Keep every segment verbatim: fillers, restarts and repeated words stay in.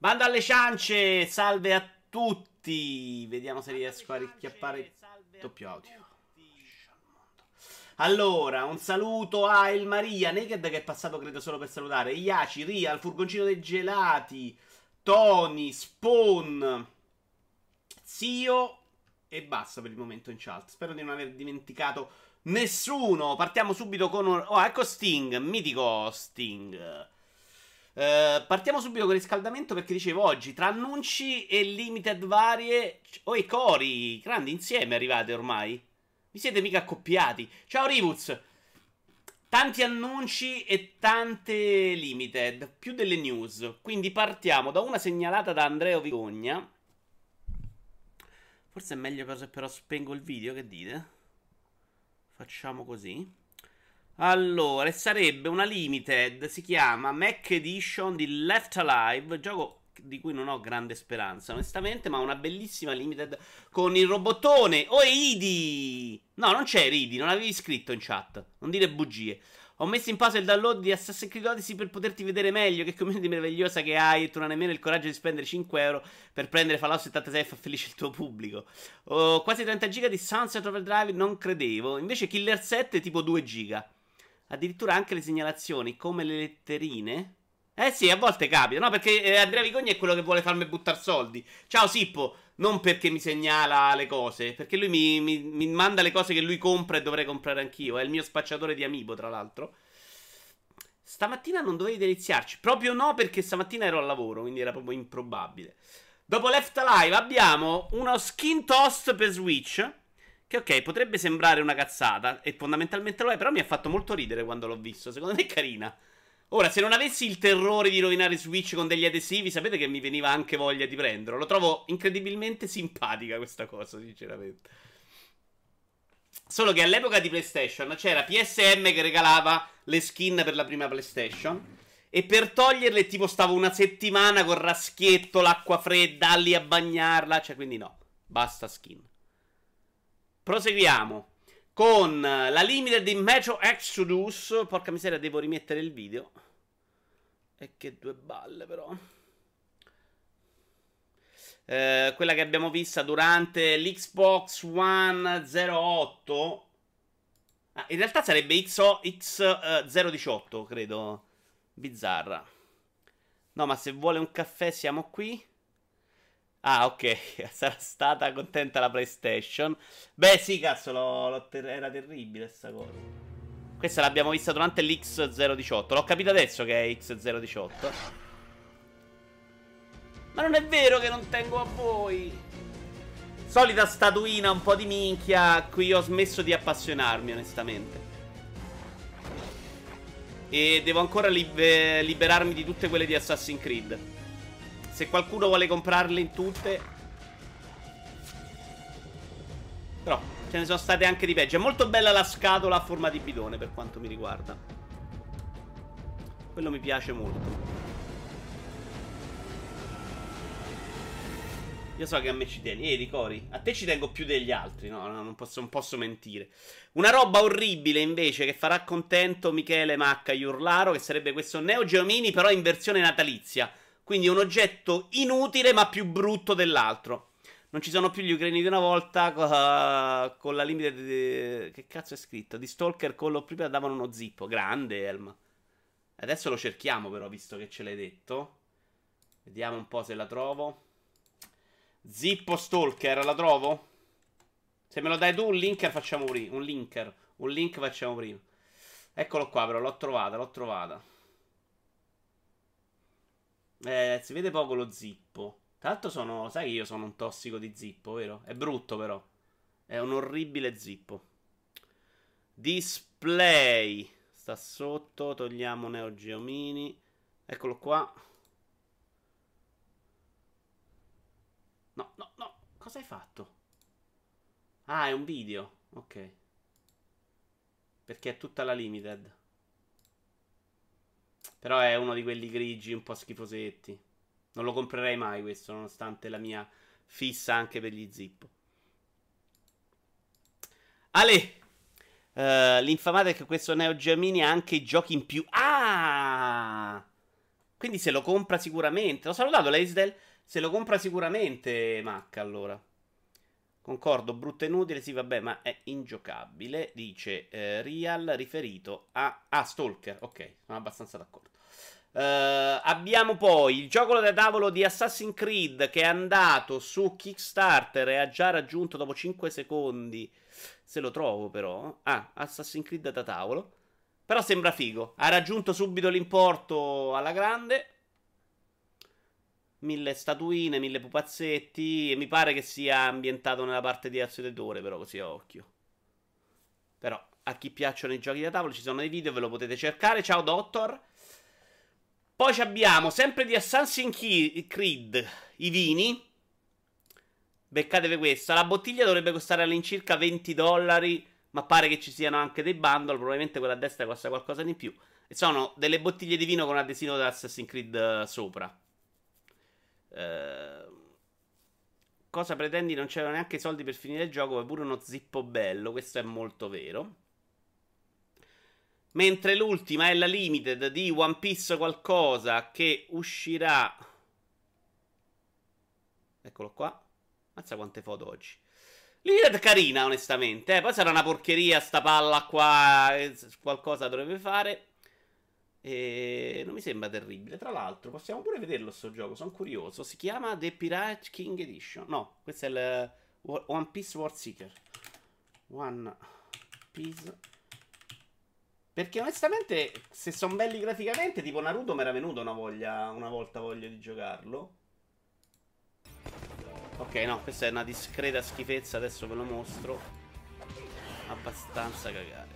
Bando alle ciance, salve a tutti. Vediamo se riesco a richiappare il doppio audio. Allora, un saluto a El Maria, Naked che è passato credo solo per salutare, Iaci, Ria, il furgoncino dei gelati, Tony, Spawn, Zio e basta per il momento in chat. Spero di non aver dimenticato nessuno. Partiamo subito con... Un... Oh, ecco Sting, mitico Sting. Uh, partiamo subito con il riscaldamento perché dicevo oggi tra annunci e limited varie. Oh, i cori grandi insieme arrivate ormai. Vi siete mica accoppiati. Ciao Rivuz. Tanti annunci e tante limited, più delle news. Quindi partiamo da una segnalata da Andrea Vigogna. Forse è meglio se però spengo il video, che dite? Facciamo così. Allora, sarebbe una limited, si chiama Mac Edition di Left Alive, gioco di cui non ho grande speranza onestamente, ma una bellissima limited con il robottone. Oh, Idi! No, non c'è Idi, non avevi scritto in chat, non dire bugie. Ho messo in pausa il download di Assassin's Creed Odyssey per poterti vedere meglio. Che community meravigliosa che hai. E tu non hai nemmeno il coraggio di spendere cinque euro per prendere Fallout settantasei e far felice il tuo pubblico. Ho quasi trenta giga di Sunset Overdrive, non credevo. Invece Killer sette tipo due giga. Addirittura anche le segnalazioni, come le letterine. Eh sì, a volte capita, no? Perché eh, Andrea Vigogna è quello che vuole farmi buttare soldi. Ciao Sippo, non perché mi segnala le cose, perché lui mi, mi, mi manda le cose che lui compra e dovrei comprare anch'io. È il mio spacciatore di Amiibo, tra l'altro. Stamattina non dovevi deliziarci. Proprio no, perché stamattina ero al lavoro, quindi era proprio improbabile. Dopo Left Alive abbiamo uno skin toast per Switch. Che ok, potrebbe sembrare una cazzata, e fondamentalmente lo è, però mi ha fatto molto ridere quando l'ho visto. Secondo me è carina. Ora, se non avessi il terrore di rovinare Switch con degli adesivi, sapete che mi veniva anche voglia di prenderlo. Lo trovo incredibilmente simpatica questa cosa, sinceramente. Solo che all'epoca di PlayStation c'era P S M che regalava le skin per la prima PlayStation, e per toglierle tipo stavo una settimana col raschietto, l'acqua fredda, lì a bagnarla. Cioè, quindi no, basta skin. Proseguiamo con la limited di Metro Exodus. Porca miseria, devo rimettere il video. E che due balle però. Eh, quella che abbiamo vista durante l'Xbox One zero otto. Ah, in realtà sarebbe X zero diciotto, credo. Bizzarra. No, ma se vuole un caffè siamo qui. Ah, ok, sarà stata contenta la PlayStation. Beh, sì, cazzo, lo, lo ter- era terribile sta cosa. Questa l'abbiamo vista durante l'X zero diciotto. L'ho capito adesso che è X zero diciotto. Ma non è vero che non tengo a voi. Solita statuina un po' di minchia a cui ho smesso di appassionarmi, onestamente. E devo ancora libe- liberarmi di tutte quelle di Assassin's Creed. Se qualcuno vuole comprarle in tutte. Però ce ne sono state anche di peggio. È molto bella la scatola a forma di bidone, per quanto mi riguarda. Quello mi piace molto. Io so che a me ci tieni. Ehi, Ricori, a te ci tengo più degli altri. No, no, non posso, non posso mentire. Una roba orribile invece che farà contento Michele Macca Iurlaro, che sarebbe questo Neo Geo Mini però in versione natalizia. Quindi un oggetto inutile ma più brutto dell'altro. Non ci sono più gli ucraini di una volta. Uh, con la limited di... Che cazzo è scritto? Di Stalker Call of Pripyat davano uno zippo. Grande, Elm. Adesso lo cerchiamo però, visto che ce l'hai detto. Vediamo un po' se la trovo. Zippo Stalker, la trovo? Se me lo dai tu un linker facciamo prima. Un linker. Un link facciamo prima. Eccolo qua però, l'ho trovata, l'ho trovata. Eh, si vede poco lo zippo. Tra l'altro sono... Sai che io sono un tossico di zippo, vero? È brutto però. È un orribile zippo. Display. Sta sotto. Togliamo Neo Geo Mini. Eccolo qua. No, no, no. Cosa hai fatto? Ah, è un video. Ok. Perché è tutta la limited. Però è uno di quelli grigi un po' schifosetti. Non lo comprerei mai questo, nonostante la mia fissa anche per gli zippo. Ale! Uh, l'infamata è che questo Neo Geo Mini ha anche i giochi in più. Ah! Quindi se lo compra sicuramente. L'ho salutato l'Aisdel. Se lo compra sicuramente Mac, allora. Concordo, brutto e inutile, sì vabbè, ma è ingiocabile. Dice eh, Real riferito a... Ah, Stalker, ok, sono abbastanza d'accordo. Uh, abbiamo poi il gioco da tavolo di Assassin's Creed che è andato su Kickstarter e ha già raggiunto dopo cinque secondi. Se lo trovo però. Ah, Assassin's Creed da tavolo. Però sembra figo. Ha raggiunto subito l'importo alla grande. Mille statuine, mille pupazzetti. E mi pare che sia ambientato nella parte di Ezio d'Edore, però così a occhio. Però a chi piacciono i giochi da tavolo ci sono dei video, ve lo potete cercare. Ciao Doctor. Poi abbiamo sempre di Assassin's Creed i vini. Beccatevi questa. La bottiglia dovrebbe costare all'incirca venti dollari, ma pare che ci siano anche dei bundle. Probabilmente quella a destra costa qualcosa di più. E sono delle bottiglie di vino con adesivo da Assassin's Creed sopra. Eh, cosa pretendi? Non c'erano neanche i soldi per finire il gioco, eppure uno zippo bello. Questo è molto vero. Mentre l'ultima è la limited di One Piece qualcosa che uscirà. Eccolo qua. Mazza quante foto oggi. Limited carina onestamente, eh. Poi sarà una porcheria sta palla qua. eh, Qualcosa dovrebbe fare. E non mi sembra terribile. Tra l'altro possiamo pure vederlo sto gioco, sono curioso. Si chiama The Pirate King Edition. No, questo è il One Piece World Seeker. One Piece. Perché onestamente, se sono belli graficamente, tipo Naruto mi era venuto una voglia, una volta voglia di giocarlo. Ok, no, questa è una discreta schifezza, adesso ve lo mostro. Abbastanza cagare.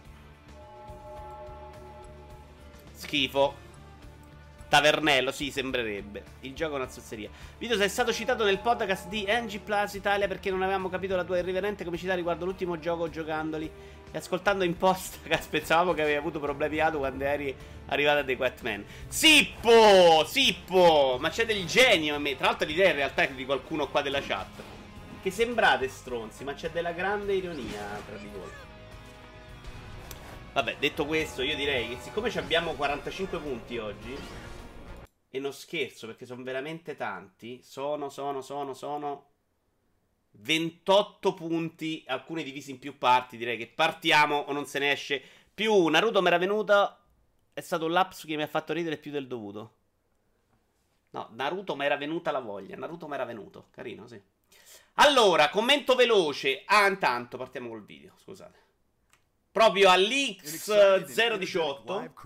Schifo. Tavernello, sì, sembrerebbe. Il gioco è una zozzeria. Vito, sei stato citato nel podcast di N G Plus Italia perché non avevamo capito la tua irriverente comicità riguardo l'ultimo gioco giocandoli e ascoltando in podcast. Pensavamo che avevi avuto problemi auto quando eri arrivato a The Quatman. Sippo! Sippo! Ma c'è del genio a me. Tra l'altro l'idea in realtà è di qualcuno qua della chat. Che sembrate stronzi, ma c'è della grande ironia tra di voi. Vabbè, detto questo, io direi che siccome abbiamo quarantacinque punti oggi, e non scherzo perché sono veramente tanti, sono, sono, sono, sono ventotto punti, alcuni divisi in più parti, direi che partiamo o non se ne esce più. Naruto mi era venuto, è stato un lapsus che mi ha fatto ridere più del dovuto. No, Naruto mi era venuta la voglia, Naruto mi era venuto, carino, sì. Allora, commento veloce. Ah, intanto partiamo col video, scusate. Proprio all'X zero diciotto eh,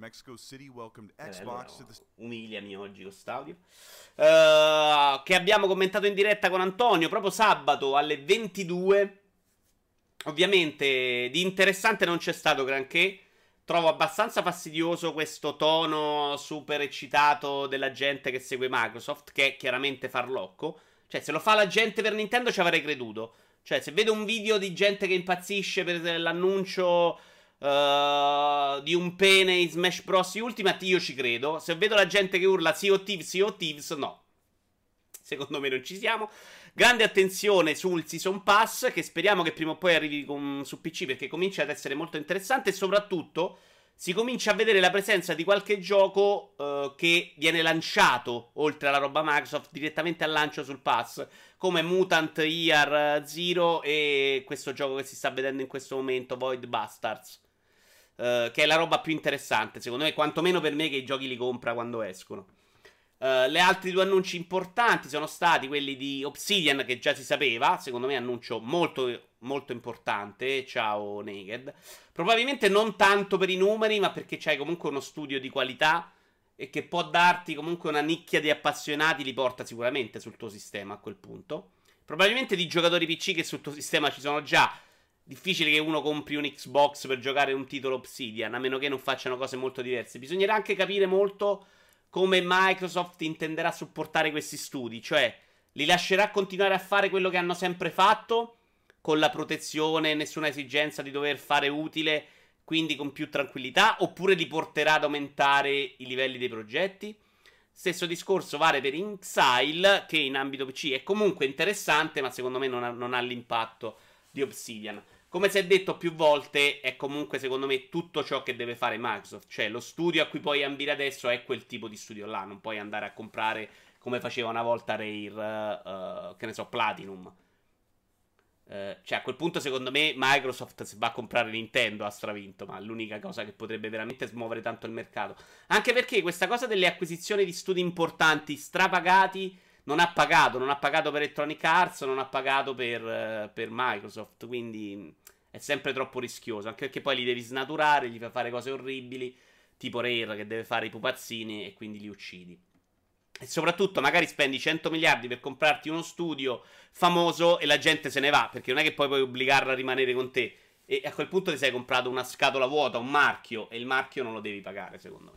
umiliami oggi con st'audio uh, che abbiamo commentato in diretta con Antonio proprio sabato alle ventidue. Ovviamente di interessante non c'è stato granché. Trovo abbastanza fastidioso questo tono super eccitato della gente che segue Microsoft, che è chiaramente farlocco. Cioè, se lo fa la gente per Nintendo ci avrei creduto. Cioè, se vedo un video di gente che impazzisce per l'annuncio uh, di un pene in Smash Bros. Ultimate, io ci credo. Se vedo la gente che urla Sea of Thieves, Sea of Thieves, no. Secondo me non ci siamo. Grande attenzione sul Season Pass, che speriamo che prima o poi arrivi con, su P C, perché comincia ad essere molto interessante. E soprattutto si comincia a vedere la presenza di qualche gioco uh, che viene lanciato, oltre alla roba Microsoft, direttamente al lancio sul Pass, come Mutant Year Zero e questo gioco che si sta vedendo in questo momento, Void Bastards, uh, che è la roba più interessante, secondo me, quantomeno per me che i giochi li compra quando escono. Uh, le altri due annunci importanti sono stati quelli di Obsidian, che già si sapeva, secondo me annuncio molto, molto importante. Ciao Naked. Probabilmente non tanto per i numeri, ma perché c'hai comunque uno studio di qualità e che può darti comunque una nicchia di appassionati, li porta sicuramente sul tuo sistema a quel punto. Probabilmente di giocatori P C che sul tuo sistema ci sono già. Difficile che uno compri un Xbox per giocare un titolo Obsidian, a meno che non facciano cose molto diverse. Bisognerà anche capire molto come Microsoft intenderà supportare questi studi. Cioè, li lascerà continuare a fare quello che hanno sempre fatto, con la protezione, nessuna esigenza di dover fare utile, quindi con più tranquillità, oppure li porterà ad aumentare i livelli dei progetti? Stesso discorso vale per Inxile, che in ambito P C è comunque interessante, ma secondo me non ha, non ha l'impatto di Obsidian. come si è detto più volte, è comunque secondo me tutto ciò che deve fare Microsoft. Cioè lo studio a cui puoi ambire adesso è quel tipo di studio là, non puoi andare a comprare come faceva una volta Rare, uh, che ne so, Platinum. Uh, cioè a quel punto secondo me Microsoft se va a comprare Nintendo ha stravinto, ma l'unica cosa che potrebbe veramente smuovere tanto il mercato. Anche perché questa cosa delle acquisizioni di studi importanti, strapagati, non ha pagato, non ha pagato per Electronic Arts, non ha pagato per, uh, per Microsoft, quindi è sempre troppo rischioso, anche perché poi li devi snaturare, gli fai fare cose orribili, tipo Rare che deve fare i pupazzini e quindi li uccidi. E soprattutto magari spendi cento miliardi per comprarti uno studio famoso e la gente se ne va, perché non è che poi puoi obbligarla a rimanere con te. E a quel punto ti sei comprato una scatola vuota, un marchio, e il marchio non lo devi pagare, secondo me.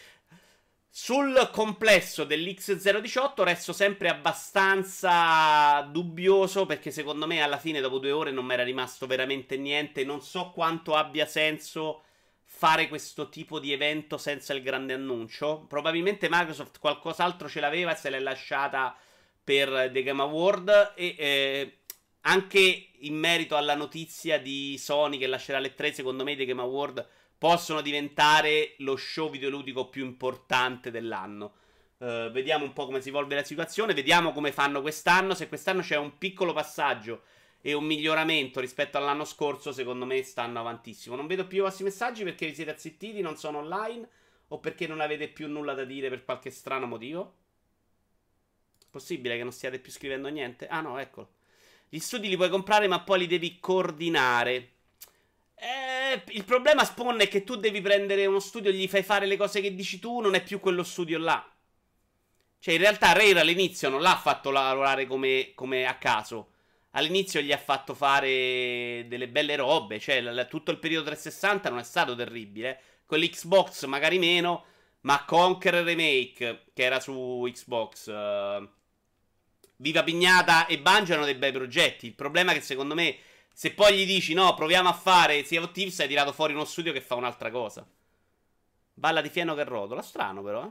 Sul complesso dell'X zero diciotto resto sempre abbastanza dubbioso, perché secondo me alla fine dopo due ore non mi era rimasto veramente niente. Non so quanto abbia senso fare questo tipo di evento senza il grande annuncio. Probabilmente Microsoft qualcos'altro ce l'aveva e se l'è lasciata per The Game Award. E eh, anche in merito alla notizia di Sony che lascerà le tre, secondo me The Game Award possono diventare lo show videoludico più importante dell'anno. Uh, vediamo un po' come si evolve la situazione, vediamo come fanno quest'anno. Se quest'anno c'è un piccolo passaggio e un miglioramento rispetto all'anno scorso, secondo me stanno avantissimo. Non vedo più i vostri messaggi perché vi siete azzittiti, non sono online, o perché non avete più nulla da dire per qualche strano motivo. Possibile che non stiate più scrivendo niente? Ah no, ecco. Gli studi li puoi comprare ma poi li devi coordinare. Eh, il problema, Spawn, è che tu devi prendere uno studio, gli fai fare le cose che dici tu, non è più quello studio là. Cioè in realtà Rare all'inizio non l'ha fatto lavorare come, come a caso. All'inizio gli ha fatto fare delle belle robe. Cioè l- tutto il periodo trecentosessanta non è stato terribile. Con l'Xbox magari meno, ma Conquer Remake, che era su Xbox, uh, Viva Pignata e Bungie erano dei bei progetti. Il problema è che secondo me, se poi gli dici no, proviamo a fare Sea of Thieves, hai tirato fuori uno studio che fa un'altra cosa. Balla di fieno che rotola. Strano però, eh.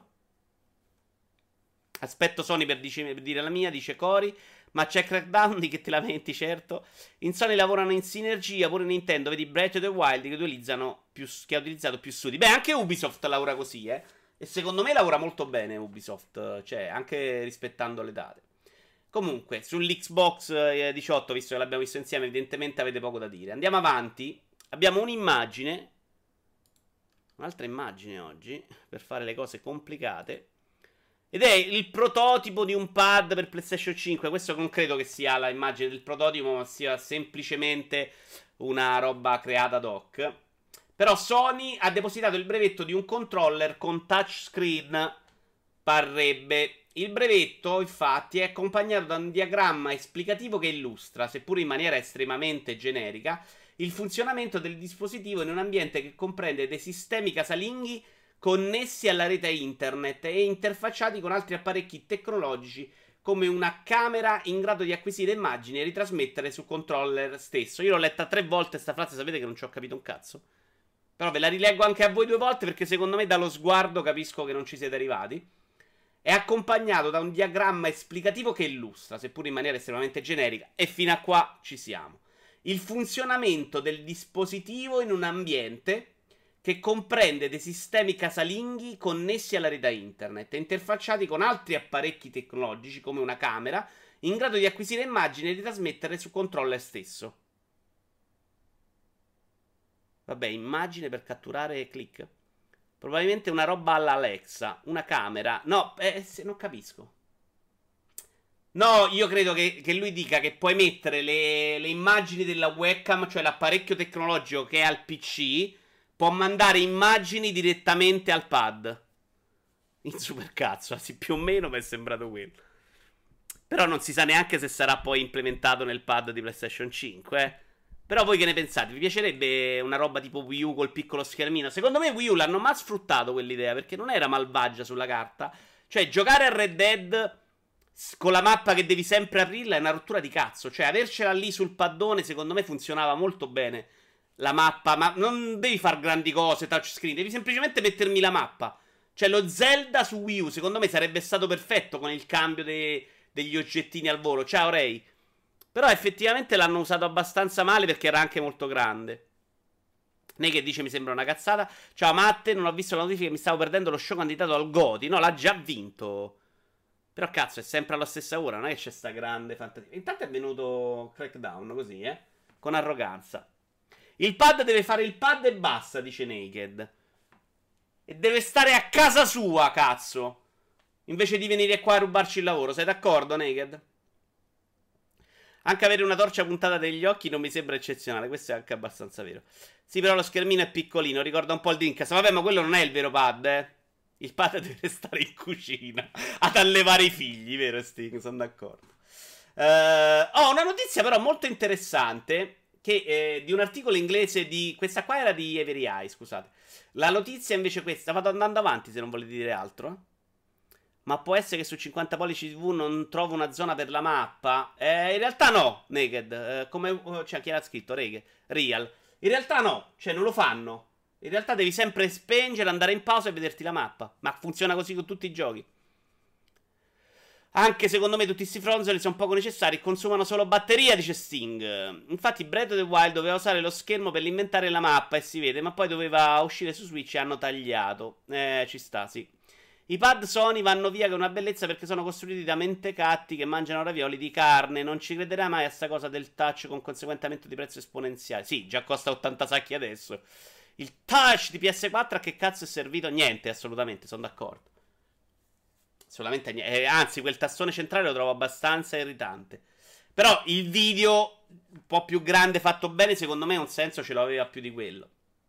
Aspetto Sony per, dice, per dire la mia, dice Cory. Ma c'è Crackdown di che ti lamenti, certo. In Sony lavorano in sinergia, pure Nintendo, vedi Breath of the Wild che, utilizzano più, che ha utilizzato più studi. Beh, anche Ubisoft lavora così, eh. E secondo me lavora molto bene Ubisoft, cioè anche rispettando le date. Comunque, sull'Xbox eh, diciotto, visto che l'abbiamo visto insieme, evidentemente avete poco da dire. Andiamo avanti. Abbiamo un'immagine. Un'altra immagine oggi, per fare le cose complicate. Ed è il prototipo di un pad per PlayStation cinque. Questo non credo che sia la immagine del prototipo, ma sia semplicemente una roba creata ad hoc. Però Sony ha depositato il brevetto di un controller con touchscreen, parrebbe. Il brevetto, infatti, è accompagnato da un diagramma esplicativo che illustra, seppur in maniera estremamente generica, il funzionamento del dispositivo in un ambiente che comprende dei sistemi casalinghi connessi alla rete internet e interfacciati con altri apparecchi tecnologici come una camera in grado di acquisire immagini e ritrasmettere sul controller stesso. Io l'ho letta tre volte sta frase, sapete che non ci ho capito un cazzo. Però ve la rileggo anche a voi due volte perché secondo me dallo sguardo capisco che non ci siete arrivati. È accompagnato da un diagramma esplicativo che illustra, seppur in maniera estremamente generica, e fino a qua ci siamo, il funzionamento del dispositivo in un ambiente che comprende dei sistemi casalinghi connessi alla rete internet e interfacciati con altri apparecchi tecnologici come una camera in grado di acquisire immagini e di trasmettere sul controller stesso. Vabbè, immagine per catturare click. Probabilmente una roba alla Alexa, una camera. No, eh, se, non capisco. No, io credo che, che lui dica che puoi mettere le, le immagini della webcam, cioè l'apparecchio tecnologico che è al P C, può mandare immagini direttamente al pad. In supercazzo, sì, più o meno mi è sembrato quello. Però non si sa neanche se sarà poi implementato nel pad di PlayStation cinque, eh. Però voi che ne pensate? Vi piacerebbe una roba tipo Wii U col piccolo schermino? Secondo me Wii U l'hanno mal sfruttato quell'idea, perché non era malvagia sulla carta. Cioè, giocare a Red Dead con la mappa che devi sempre aprirla è una rottura di cazzo. Cioè, avercela lì sul paddone, secondo me funzionava molto bene. La mappa, ma non devi fare grandi cose, touchscreen, devi semplicemente mettermi la mappa. Cioè, lo Zelda su Wii U, secondo me, sarebbe stato perfetto con il cambio de- degli oggettini al volo. Ciao, Ray. Però effettivamente l'hanno usato abbastanza male perché era anche molto grande. Naked dice mi sembra una cazzata. Ciao Matte, non ho visto la notifica, mi stavo perdendo lo show candidato al Goti. No, l'ha già vinto. Però cazzo, è sempre alla stessa ora, non è che c'è sta grande fantasia. Intanto è venuto Crackdown, così, eh? Con arroganza. Il pad deve fare il pad e basta, dice Naked. E deve stare a casa sua, cazzo. Invece di venire qua a rubarci il lavoro. Sei d'accordo, Naked? Anche avere una torcia puntata negli occhi non mi sembra eccezionale. Questo è anche abbastanza vero. Sì, però lo schermino è piccolino. Ricorda un po' il Dreamcast. Vabbè, ma quello non è il vero pad, eh. Il padre deve stare in cucina ad allevare i figli, vero Sting? Sono d'accordo. Uh, ho una notizia però molto interessante che, eh, di un articolo inglese di... Questa qua era di Every Eye, scusate. La notizia invece è questa. Vado andando avanti se non volete dire altro. Ma può essere che su cinquanta pollici T V non trovo una zona per la mappa? Eh, in realtà no, Naked. Eh, come... Cioè, chi era scritto? Reg, Real. In realtà no, cioè non lo fanno. In realtà devi sempre spengere, andare in pausa e vederti la mappa. Ma funziona così con tutti i giochi. Anche secondo me tutti questi fronzoli sono poco necessari. Consumano solo batteria, dice Sting. Infatti Breath of the Wild doveva usare lo schermo per inventare la mappa e si vede. Ma poi doveva uscire su Switch e hanno tagliato. Eh, ci sta, sì. I pad Sony vanno via che è una bellezza perché sono costruiti da mentecatti che mangiano ravioli di carne. Non ci crederai mai a sta cosa del touch con conseguente aumento di prezzo esponenziale. Sì, già costa ottanta sacchi adesso. Il touch di P S quattro a che cazzo è servito? Niente, assolutamente, sono d'accordo. Solamente niente. Eh, anzi, quel tastone centrale lo trovo abbastanza irritante. Però il video un po' più grande fatto bene, secondo me un senso ce l'aveva più di quello.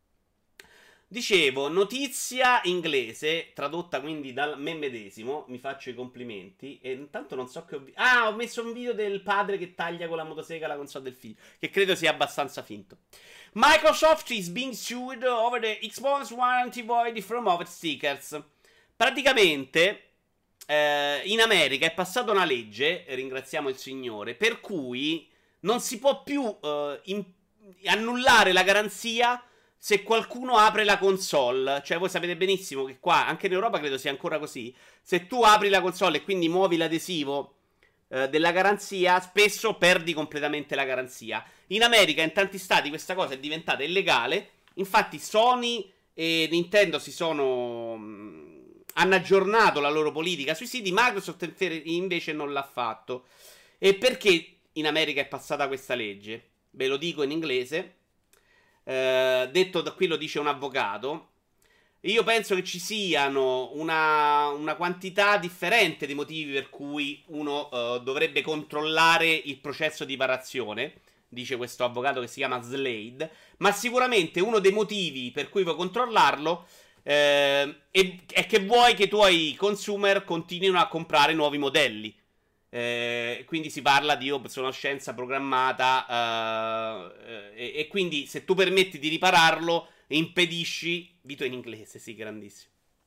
Dicevo, notizia inglese, tradotta quindi dal me medesimo, mi faccio i complimenti, e intanto non so che ho visto... Ah, ho messo un video del padre che taglia con la motosega la console del figlio, che credo sia abbastanza finto. Microsoft is being sued over the Xbox warranty void from over stickers. Praticamente, eh, in America è passata una legge, ringraziamo il signore, per cui non si può più eh, in- annullare la garanzia se qualcuno apre la console. Cioè voi sapete benissimo che qua, anche in Europa credo sia ancora così, se tu apri la console e quindi muovi l'adesivo eh, della garanzia, spesso perdi completamente la garanzia. In America, in tanti stati, questa cosa è diventata illegale. Infatti Sony e Nintendo si sono... mh, hanno aggiornato la loro politica sui siti. Microsoft invece non l'ha fatto. E perché in America è passata questa legge? Ve lo dico in inglese. Uh, detto da qui lo dice un avvocato. Io penso che ci siano una, una quantità differente di motivi per cui uno uh, dovrebbe controllare il processo di riparazione, dice questo avvocato che si chiama Slade. Ma sicuramente uno dei motivi per cui vuoi controllarlo eh, è, è che vuoi che i tuoi consumer continuino a comprare nuovi modelli. Eh, quindi si parla di obsolescenza programmata eh, e, e quindi se tu permetti di ripararlo impedisci. Vito in inglese, sì, grandissimo.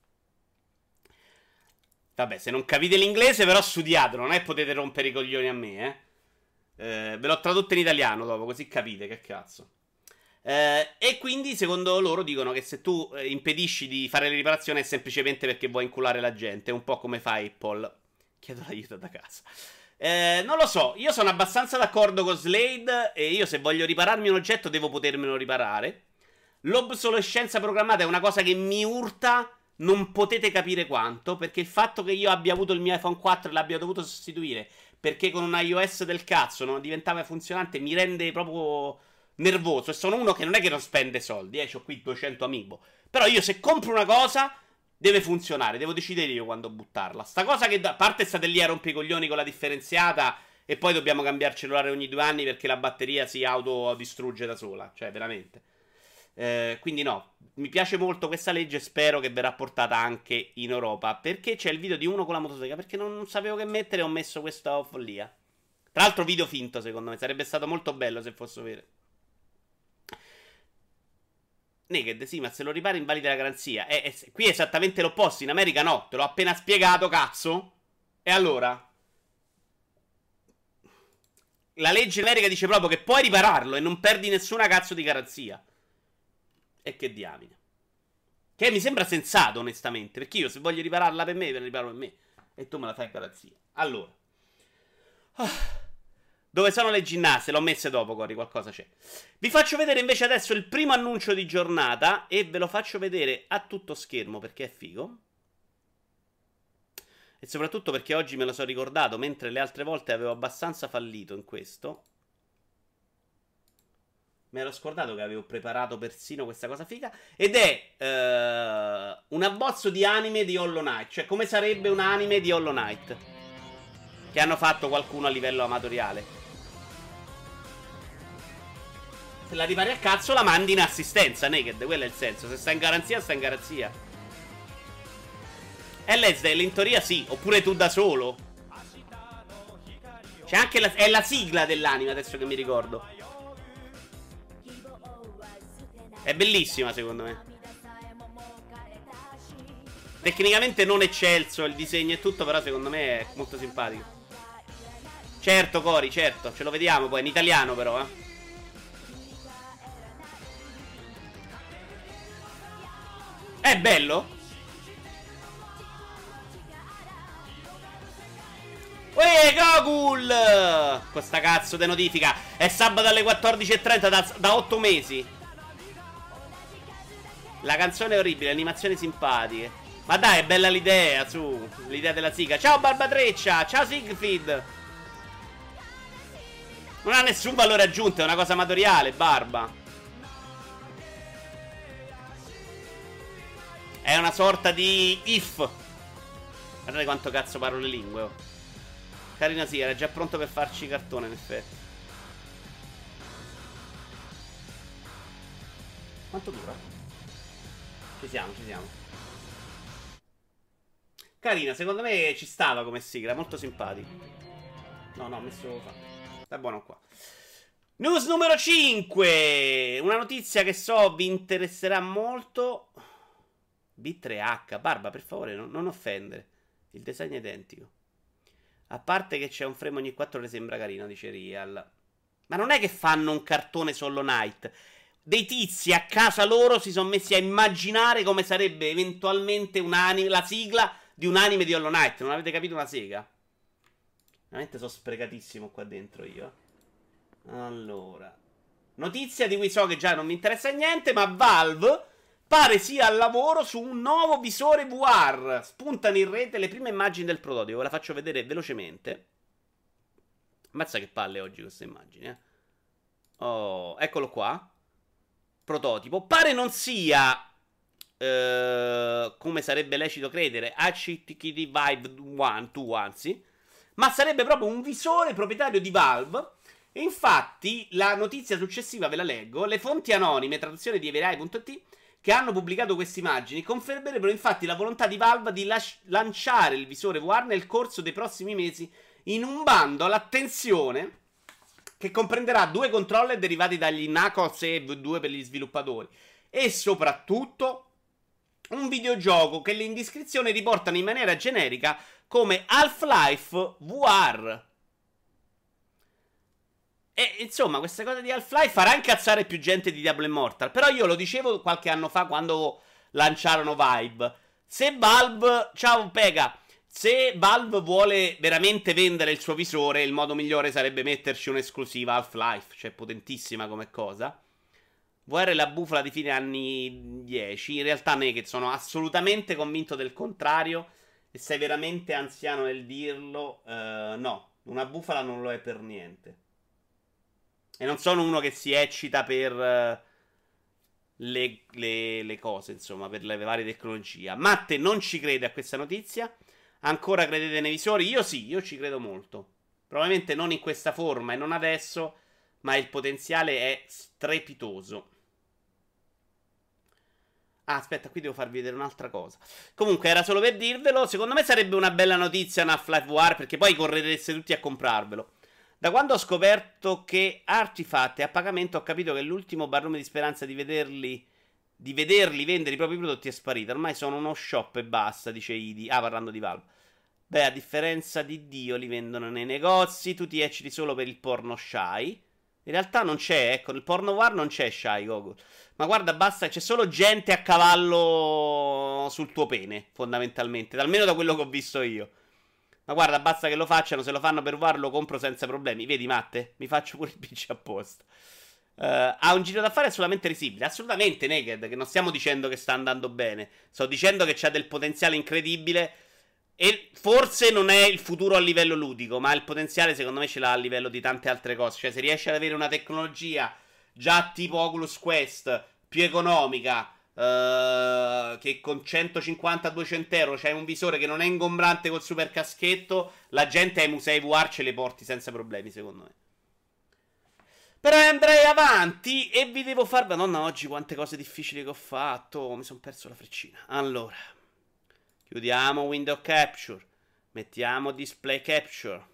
Vabbè, se non capite l'inglese però studiatelo, non è potete rompere i coglioni a me, eh. eh ve l'ho tradotto in italiano dopo, così capite che cazzo. Eh, e quindi secondo loro dicono che se tu eh, impedisci di fare le riparazioni è semplicemente perché vuoi inculare la gente, è un po' come fa Apple. Chiedo l'aiuto da casa. Eh, non lo so, io sono abbastanza d'accordo con Slade e io se voglio ripararmi un oggetto devo potermelo riparare. L'obsolescenza programmata è una cosa che mi urta, non potete capire quanto, perché il fatto che io abbia avuto il mio iPhone quattro e l'abbia dovuto sostituire perché con un iOS del cazzo non diventava funzionante mi rende proprio nervoso. E sono uno che non è che non spende soldi, eh, ho qui duecento amiibo. Però io se compro una cosa deve funzionare, devo decidere io quando buttarla. Sta cosa che a parte state lì a rompicoglioni con la differenziata e poi dobbiamo cambiare cellulare ogni due anni perché la batteria si autodistrugge da sola. Cioè, veramente. Eh, quindi no, mi piace molto questa legge, spero che verrà portata anche in Europa. Perché c'è il video di uno con la motosega? Perché non sapevo che mettere e ho messo questa follia. Tra l'altro video finto, secondo me. Sarebbe stato molto bello se fosse vero. Naked, sì, ma se lo ripari invalida la garanzia. Eh, eh, qui è esattamente l'opposto. In America no, te l'ho appena spiegato, cazzo. E allora? La legge in America dice proprio che puoi ripararlo e non perdi nessuna cazzo di garanzia. E che diamine. Che mi sembra sensato, onestamente. Perché io se voglio ripararla per me, me la riparo per me. E tu me la fai in garanzia. Allora. Ah. Dove sono le ginnaste? L'ho messe dopo, Cori, qualcosa c'è. Vi faccio vedere invece adesso il primo annuncio di giornata e ve lo faccio vedere a tutto schermo perché è figo. E soprattutto perché oggi me lo sono ricordato, mentre le altre volte avevo abbastanza fallito in questo. Mi ero scordato che avevo preparato persino questa cosa figa. Ed è eh, un abbozzo di anime di Hollow Knight. Cioè come sarebbe un anime di Hollow Knight che hanno fatto qualcuno a livello amatoriale. Se la ripari a cazzo la mandi in assistenza naked. Quello è il senso. Se sta in garanzia sta in garanzia. E Lesdale in teoria sì. Oppure tu da solo. C'è anche la, è la sigla dell'anime adesso che mi ricordo. È bellissima secondo me. Tecnicamente non eccelso il disegno e tutto, però secondo me è molto simpatico. Certo Cori, certo. Ce lo vediamo poi in italiano però eh. È bello? Uè, Gogul! Questa cazzo di notifica. È sabato alle quattordici e trenta da, da otto mesi. La canzone è orribile, animazioni simpatiche. Ma dai, è bella l'idea, su. L'idea della siga. Ciao Barbatreccia, ciao Siegfried. Non ha nessun valore aggiunto, è una cosa amatoriale, Barba. È una sorta di if. Guardate quanto cazzo parlo le lingue, oh. Carina sì, era già pronto per farci cartone in effetti. Quanto dura? Ci siamo, ci siamo. Carina, secondo me ci stava come sigla, molto simpatico. No, no, ho messo fa. Sta buono qua. News numero cinque. Una notizia che so vi interesserà molto. B tre H, Barba, per favore, non, non offendere. Il design è identico. A parte che c'è un frame ogni quattro ore, sembra carino, dice Real. Ma non è che fanno un cartone su Hollow Knight. Dei tizi a casa loro si sono messi a immaginare come sarebbe eventualmente un anime, la sigla di un anime di Hollow Knight. Non avete capito una sega? Veramente sono sprecatissimo qua dentro io. Allora, notizia di cui so che già non mi interessa niente, ma Valve pare sia al lavoro su un nuovo visore V R. Spuntano in rete le prime immagini del prototipo. Ve la faccio vedere velocemente. Ammazza che palle oggi queste immagini, eh. Oh, eccolo qua. Prototipo. Pare non sia, eh, come sarebbe lecito credere, H T T Vive due, anzi, ma sarebbe proprio un visore proprietario di Valve. E infatti la notizia successiva ve la leggo. Le fonti anonime, traduzione di everai punto it, che hanno pubblicato queste immagini confermerebbero infatti la volontà di Valve di las- lanciare il visore V R nel corso dei prossimi mesi in un bando all'attenzione che comprenderà due controller derivati dagli Knuckles e V due per gli sviluppatori e soprattutto un videogioco che le indiscrezioni riportano in maniera generica come Half-Life V R. E insomma, questa cosa di Half-Life farà incazzare più gente di Diablo Immortal. Però io lo dicevo qualche anno fa quando lanciarono Vibe. Se Valve... Ciao Pega. Se Valve vuole veramente vendere il suo visore, il modo migliore sarebbe metterci un'esclusiva Half-Life. Cioè, potentissima come cosa. V R è la bufala di fine anni dieci. In realtà Naked sono assolutamente convinto del contrario. E sei veramente anziano nel dirlo. Uh, no, una bufala non lo è per niente. E non sono uno che si eccita per uh, le, le, le cose, insomma, per le varie tecnologie. Matte non ci crede a questa notizia. Ancora credete nei visori? Io sì, io ci credo molto. Probabilmente non in questa forma e non adesso, ma il potenziale è strepitoso. Ah, aspetta, qui devo farvi vedere un'altra cosa. Comunque, era solo per dirvelo. Secondo me sarebbe una bella notizia una Half-Life V R, perché poi correreste tutti a comprarvelo. Da quando ho scoperto che Artifact è a pagamento, ho capito che l'ultimo barlume di speranza di vederli, di vederli vendere i propri prodotti è sparito. Ormai sono uno shop e basta, dice Idi. Ah, parlando di Valve. Beh, a differenza di Dio, li vendono nei negozi. Tu ti ecciti solo per il porno shy. In realtà non c'è, ecco, nel porno war non c'è shy, Gogo. Ma guarda, basta, c'è solo gente a cavallo sul tuo pene, fondamentalmente. Almeno da quello che ho visto io. Ma guarda, basta che lo facciano, se lo fanno per V A R lo compro senza problemi. Vedi, Matte? Mi faccio pure il P C apposta. Uh, ha un giro d'affari assolutamente risibile. Assolutamente, Naked, che non stiamo dicendo che sta andando bene. Sto dicendo che c'ha del potenziale incredibile. E forse non è il futuro a livello ludico, ma il potenziale secondo me ce l'ha a livello di tante altre cose. Cioè, se riesce ad avere una tecnologia già tipo Oculus Quest, più economica, Uh, che con centocinquanta duecento euro c'hai un visore che non è ingombrante col super caschetto, la gente ai musei V R ce le porti senza problemi, secondo me. Però andrei avanti e vi devo far... Madonna, oggi quante cose difficili che ho fatto. Mi sono perso la freccina. Allora, chiudiamo Window Capture, mettiamo Display Capture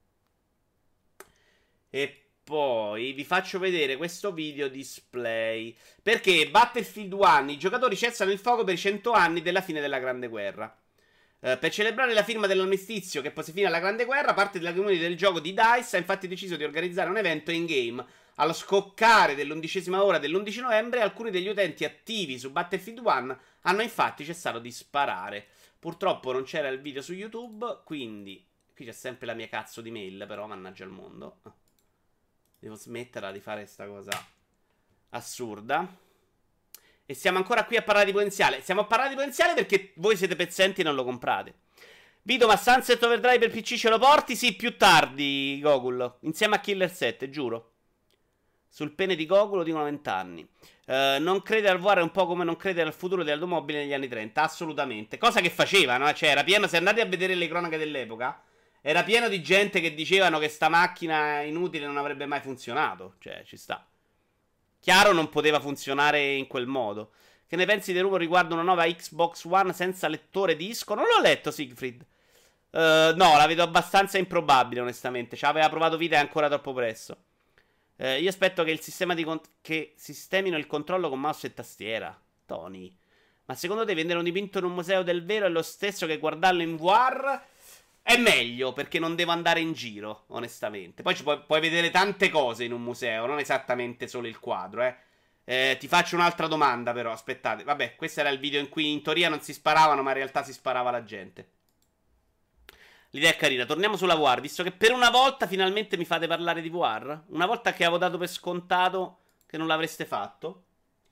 e poi vi faccio vedere questo video display. Perché Battlefield uno, i giocatori cessano il fuoco per i cento anni della fine della Grande Guerra. Uh, per celebrare la firma dell'armistizio che pose fine alla Grande Guerra, parte della community del gioco di DICE ha infatti deciso di organizzare un evento in-game. Allo scoccare dell'undicesima ora dell'undici novembre, alcuni degli utenti attivi su Battlefield uno hanno infatti cessato di sparare. Purtroppo non c'era il video su YouTube, quindi... Qui c'è sempre la mia cazzo di mail, però, mannaggia il mondo. Devo smetterla di fare sta cosa assurda. E siamo ancora qui a parlare di potenziale. Stiamo a parlare di potenziale perché voi siete pezzenti e non lo comprate. Vito, ma Sunset Overdrive per P C ce lo porti? Sì, più tardi, Gogul. Insieme a Killer sette, giuro. Sul pene di Gogul lo dicono vent'anni. Uh, non credere al V R è un po' come non credere al futuro delle automobili negli anni trenta. Assolutamente. Cosa che facevano, cioè era pieno, se andate a vedere le cronache dell'epoca... Era pieno di gente che dicevano che sta macchina inutile non avrebbe mai funzionato. Cioè, ci sta. Chiaro non poteva funzionare in quel modo. Che ne pensi dei rumori riguardo una nuova Xbox One senza lettore disco? Non l'ho letto, Siegfried. Uh, no, la vedo abbastanza improbabile, onestamente. Ci aveva provato vita e è ancora troppo presto. Uh, io aspetto che il sistema di... che sistemino il controllo con mouse e tastiera. Tony. Ma secondo te vendere un dipinto in un museo del vero è lo stesso che guardarlo in V R? È meglio, perché non devo andare in giro, onestamente. Poi ci puoi, puoi vedere tante cose in un museo, non esattamente solo il quadro, eh. eh. Ti faccio un'altra domanda, però, aspettate. Vabbè, questo era il video in cui in teoria non si sparavano, ma in realtà si sparava la gente. L'idea è carina. Torniamo sulla V R, visto che per una volta finalmente mi fate parlare di V R. Una volta che avevo dato per scontato che non l'avreste fatto.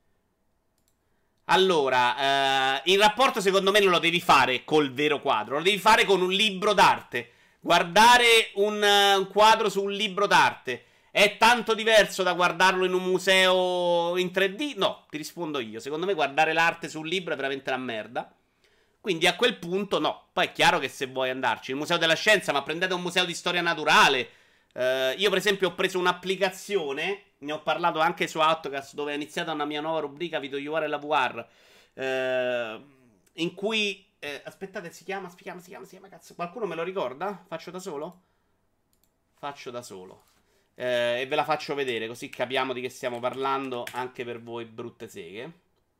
Allora, eh, il rapporto secondo me non lo devi fare col vero quadro, lo devi fare con un libro d'arte. Guardare un, uh, un quadro su un libro d'arte è tanto diverso da guardarlo in un museo in tre D? No, ti rispondo io. Secondo me guardare l'arte su un libro è veramente una merda. Quindi a quel punto no. Poi è chiaro che se vuoi andarci, il museo della scienza, ma prendete un museo di storia naturale. Uh, io per esempio ho preso un'applicazione, ne ho parlato anche su Outcast, dove è iniziata una mia nuova rubrica Video U R e la V R, uh, in cui uh, aspettate, si chiama, si chiama, si chiama, si chiama, cazzo, qualcuno me lo ricorda? Faccio da solo? Faccio da solo uh, e ve la faccio vedere, così capiamo di che stiamo parlando anche per voi brutte seghe.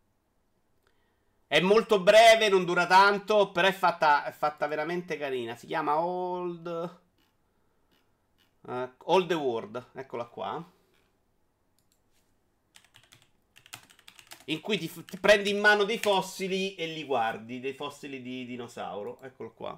È molto breve, non dura tanto, però è fatta, è fatta veramente carina. Si chiama Old... Uh, All the World, eccola qua. In cui ti, ti prendi in mano dei fossili e li guardi, dei fossili di dinosauro. Eccolo qua.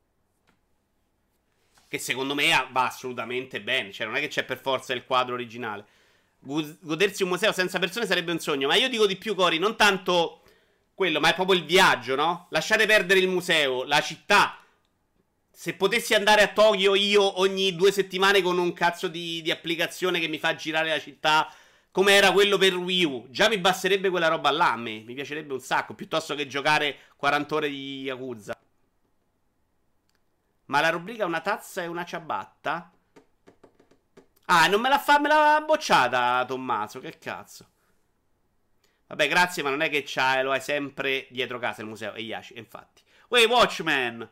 Che secondo me va assolutamente bene. Cioè non è che c'è per forza il quadro originale. Godersi un museo senza persone sarebbe un sogno. Ma io dico di più, Cori, non tanto quello, ma è proprio il viaggio, no? Lasciate perdere il museo, la città. Se potessi andare a Tokyo io ogni due settimane con un cazzo di, di applicazione che mi fa girare la città come era quello per Wii U, già mi basterebbe quella roba là a me. Mi piacerebbe un sacco, piuttosto che giocare quaranta ore di Yakuza. Ma la rubrica una tazza e una ciabatta? Ah, non me la fa, me l'ha bocciata Tommaso, che cazzo. Vabbè, grazie, ma non è che c'hai, lo hai sempre dietro casa il museo. E Yashi, infatti. Uè, Watchmen!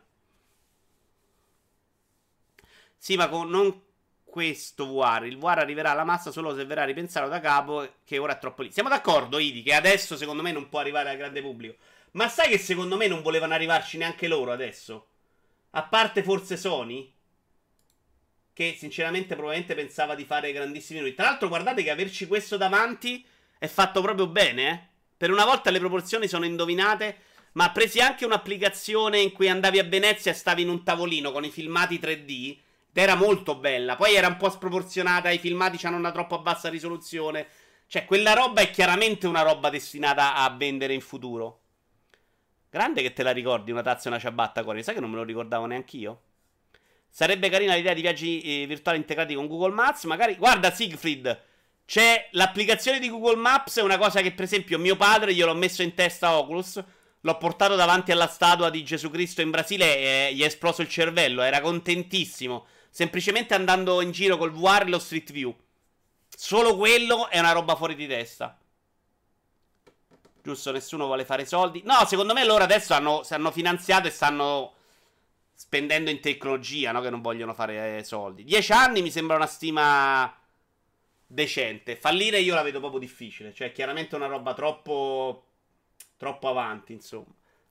Sì, ma con non questo V R. Il V R arriverà alla massa solo se verrà ripensato da capo, che ora è troppo lì. Siamo d'accordo, Idi, che adesso secondo me non può arrivare al grande pubblico. Ma sai che secondo me non volevano arrivarci neanche loro adesso? A parte forse Sony, che sinceramente probabilmente pensava di fare grandissimi numeri. Tra l'altro guardate che averci questo davanti è fatto proprio bene, eh. Per una volta le proporzioni sono indovinate. Ma presi anche un'applicazione in cui andavi a Venezia e stavi in un tavolino con i filmati tre D. Ed era molto bella. Poi era un po' sproporzionata. I filmati hanno una troppo bassa risoluzione. Cioè, quella roba è chiaramente una roba destinata a vendere in futuro. Grande che te la ricordi, una tazza e una ciabatta, Core. Sai che non me lo ricordavo neanch'io? Sarebbe carina l'idea di viaggi eh, virtuali integrati con Google Maps. Magari, guarda Siegfried, c'è l'applicazione di Google Maps. È una cosa che, per esempio, mio padre gliel'ho messo in testa a Oculus. L'ho portato davanti alla statua di Gesù Cristo in Brasile e gli è esploso il cervello. Era contentissimo. Semplicemente andando in giro col V R e lo Street View. Solo quello è una roba fuori di testa. Giusto, nessuno vuole fare soldi. No, secondo me loro adesso hanno, si hanno finanziato e stanno spendendo in tecnologia, no? Che non vogliono fare eh, soldi. Dieci anni mi sembra una stima decente. Fallire io la vedo proprio difficile. Cioè, chiaramente una roba troppo troppo avanti, insomma.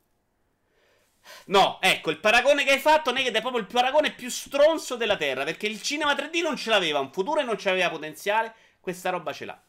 No, ecco, il paragone che hai fatto, Naked, è proprio il paragone più stronzo della Terra. Perché il cinema tre D non ce l'aveva un futuro e non ce l'aveva potenziale. Questa roba ce l'ha.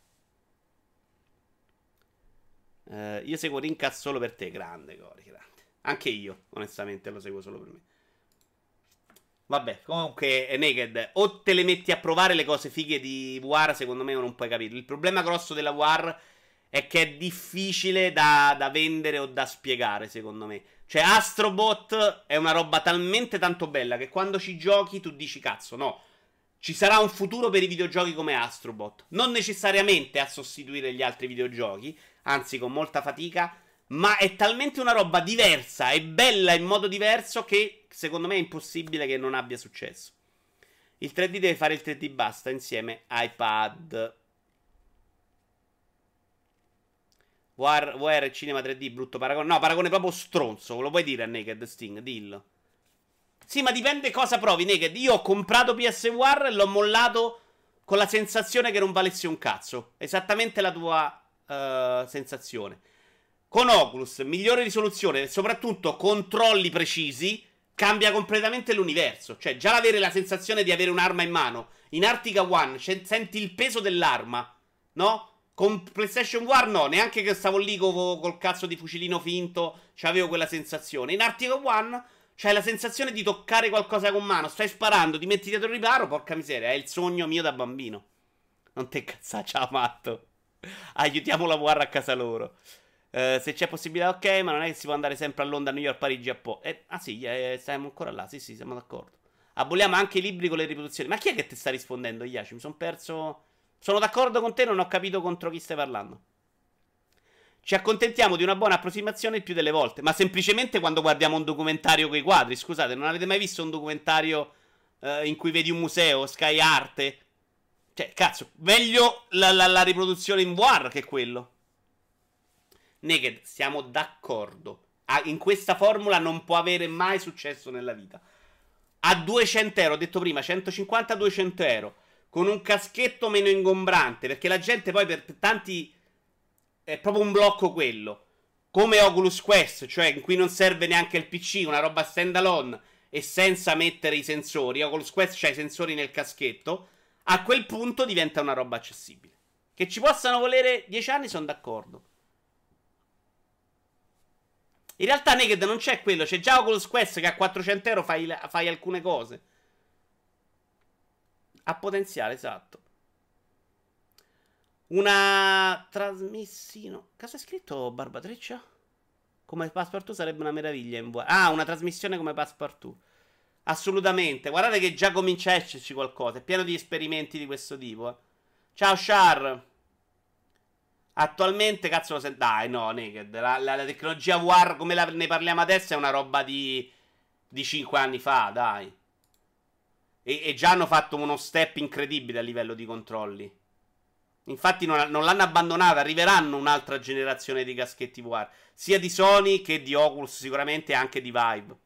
Uh, io seguo Rincast solo per te. Grande, Cori, grande. Anche io, onestamente, lo seguo solo per me. Vabbè, comunque, Naked, o te le metti a provare le cose fighe di V R, secondo me non puoi capire. Il problema grosso della V R è che è difficile da, da vendere o da spiegare, secondo me. Cioè, Astrobot è una roba talmente tanto bella che quando ci giochi tu dici, cazzo, no. Ci sarà un futuro per i videogiochi come Astrobot. Non necessariamente a sostituire gli altri videogiochi, anzi con molta fatica, ma è talmente una roba diversa e bella in modo diverso che secondo me è impossibile che non abbia successo. Il tre D deve fare il tre D basta insieme iPad. V R, V R e cinema tre D, brutto paragone. No, paragone proprio stronzo. Lo puoi dire a Naked Sting, dillo. Sì, ma dipende cosa provi, Naked. Io ho comprato P S V R e l'ho mollato con la sensazione che non valesse un cazzo. Esattamente la tua uh, sensazione. Con Oculus, migliore risoluzione e soprattutto controlli precisi, cambia completamente l'universo. Cioè, già avere la sensazione di avere un'arma in mano. In Arctica One senti il peso dell'arma, no? Con PlayStation V R no, neanche che stavo lì co- col cazzo di fucilino finto, c'avevo quella sensazione. In Arctica One c'hai la sensazione di toccare qualcosa con mano, stai sparando, ti metti dietro il riparo, porca miseria, è il sogno mio da bambino. Non te cazzare, ciao matto. Aiutiamo la V R a casa loro. Uh, se c'è possibilità, ok, ma non è che si può andare sempre a Londra, New York, Parigi, a Po. Eh, ah sì, eh, stiamo ancora là, sì sì, siamo d'accordo. Aboliamo anche i libri con le riproduzioni. Ma chi è che ti sta rispondendo, Iaci? Mi sono perso... Sono d'accordo con te, non ho capito contro chi stai parlando. Ci accontentiamo di una buona approssimazione il più delle volte. Ma semplicemente quando guardiamo un documentario coi quadri. Scusate, non avete mai visto un documentario eh, in cui vedi un museo, Sky Arte? Cioè, cazzo, meglio la, la, la riproduzione in V R che quello. Naked, siamo d'accordo. Ah, in questa formula non può avere mai successo nella vita. A duecento euro, ho detto prima, centocinquanta duecento euro. Con un caschetto meno ingombrante. Perché la gente poi per tanti... È proprio un blocco quello. Come Oculus Quest, cioè in cui non serve neanche il P C, una roba standalone e senza mettere i sensori. Oculus Quest c'ha i sensori nel caschetto. A quel punto diventa una roba accessibile. Che ci possano volere dieci anni, sono d'accordo. In realtà Naked non c'è quello, c'è già Oculus Quest che a quattrocento euro fai, fai alcune cose. Ha potenziale, esatto. Una trasmissione. Cosa è scritto Barbatreccia? Come Passepartout sarebbe una meraviglia in V R. Ah, una trasmissione come Passepartout. Assolutamente. Guardate che già comincia a esserci qualcosa. È pieno di esperimenti di questo tipo. Eh. Ciao, Char. Attualmente, cazzo lo sento. Dai, no, Naked. La, la, la tecnologia V R come la, ne parliamo adesso è una roba di, di cinque anni fa, dai. E, e già hanno fatto uno step incredibile a livello di controlli. Infatti non, non l'hanno abbandonata. Arriveranno un'altra generazione di caschetti V R, sia di Sony che di Oculus, sicuramente anche di Vive.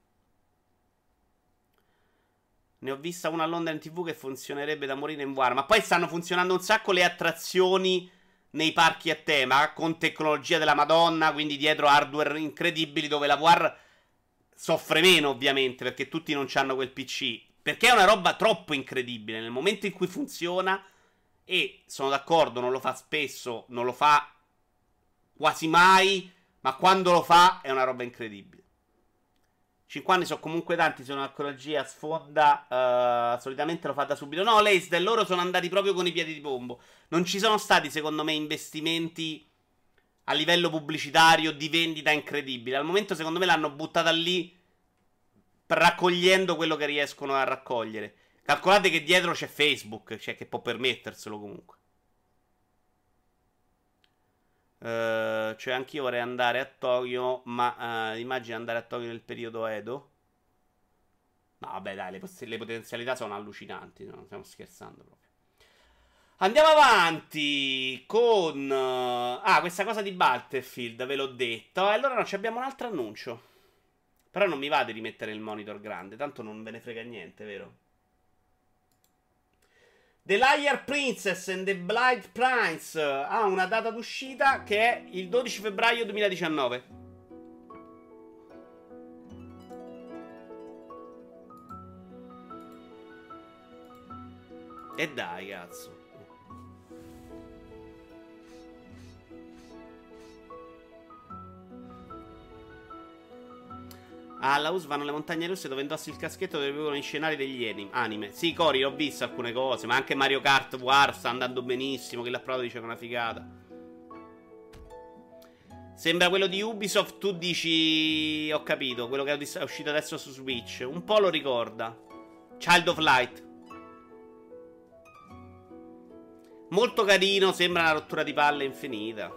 Ne ho vista una a Londra in TV che funzionerebbe da morire in V R. Ma poi stanno funzionando un sacco le attrazioni nei parchi a tema, con tecnologia della Madonna, quindi dietro hardware incredibili, dove la V R soffre meno ovviamente, perché tutti non hanno quel P C. Perché è una roba troppo incredibile. Nel momento in cui funziona, e sono d'accordo, non lo fa spesso, non lo fa quasi mai, Ma quando lo fa è una roba incredibile. cinque anni sono comunque tanti, se un'archeologia sfonda, uh, solitamente lo fa da subito. No, Leisdell, loro sono andati proprio con i piedi di piombo. Non ci sono stati, secondo me, investimenti a livello pubblicitario di vendita incredibile. Al momento, secondo me, l'hanno buttata lì raccogliendo quello che riescono a raccogliere. Calcolate che dietro c'è Facebook, cioè che può permetterselo comunque. Uh, cioè anch'io vorrei andare a Tokyo, ma uh, immagina andare a Tokyo nel periodo Edo. No, vabbè, dai, le, poss- le potenzialità sono allucinanti, non stiamo scherzando proprio. Andiamo avanti con... uh, Ah, questa cosa di Battlefield, ve l'ho detto. E allora no, ci abbiamo un altro annuncio. Però non mi va di rimettere il monitor grande, tanto non ve ne frega niente, vero? The Liar Princess and the Blind Prince ha una data d'uscita che è il dodici febbraio duemiladiciannove. E dai, cazzo. Alla U S vanno le montagne russe dove indossi il caschetto dove vivono gli scenari degli anime. Sì, Cori, ho visto alcune cose, ma anche Mario Kart War sta andando benissimo. Chi l'ha provato dice che è una figata. Sembra quello di Ubisoft, tu dici... Ho capito, quello che è uscito adesso su Switch. Un po' lo ricorda. Child of Light. Molto carino, sembra una rottura di palle infinita.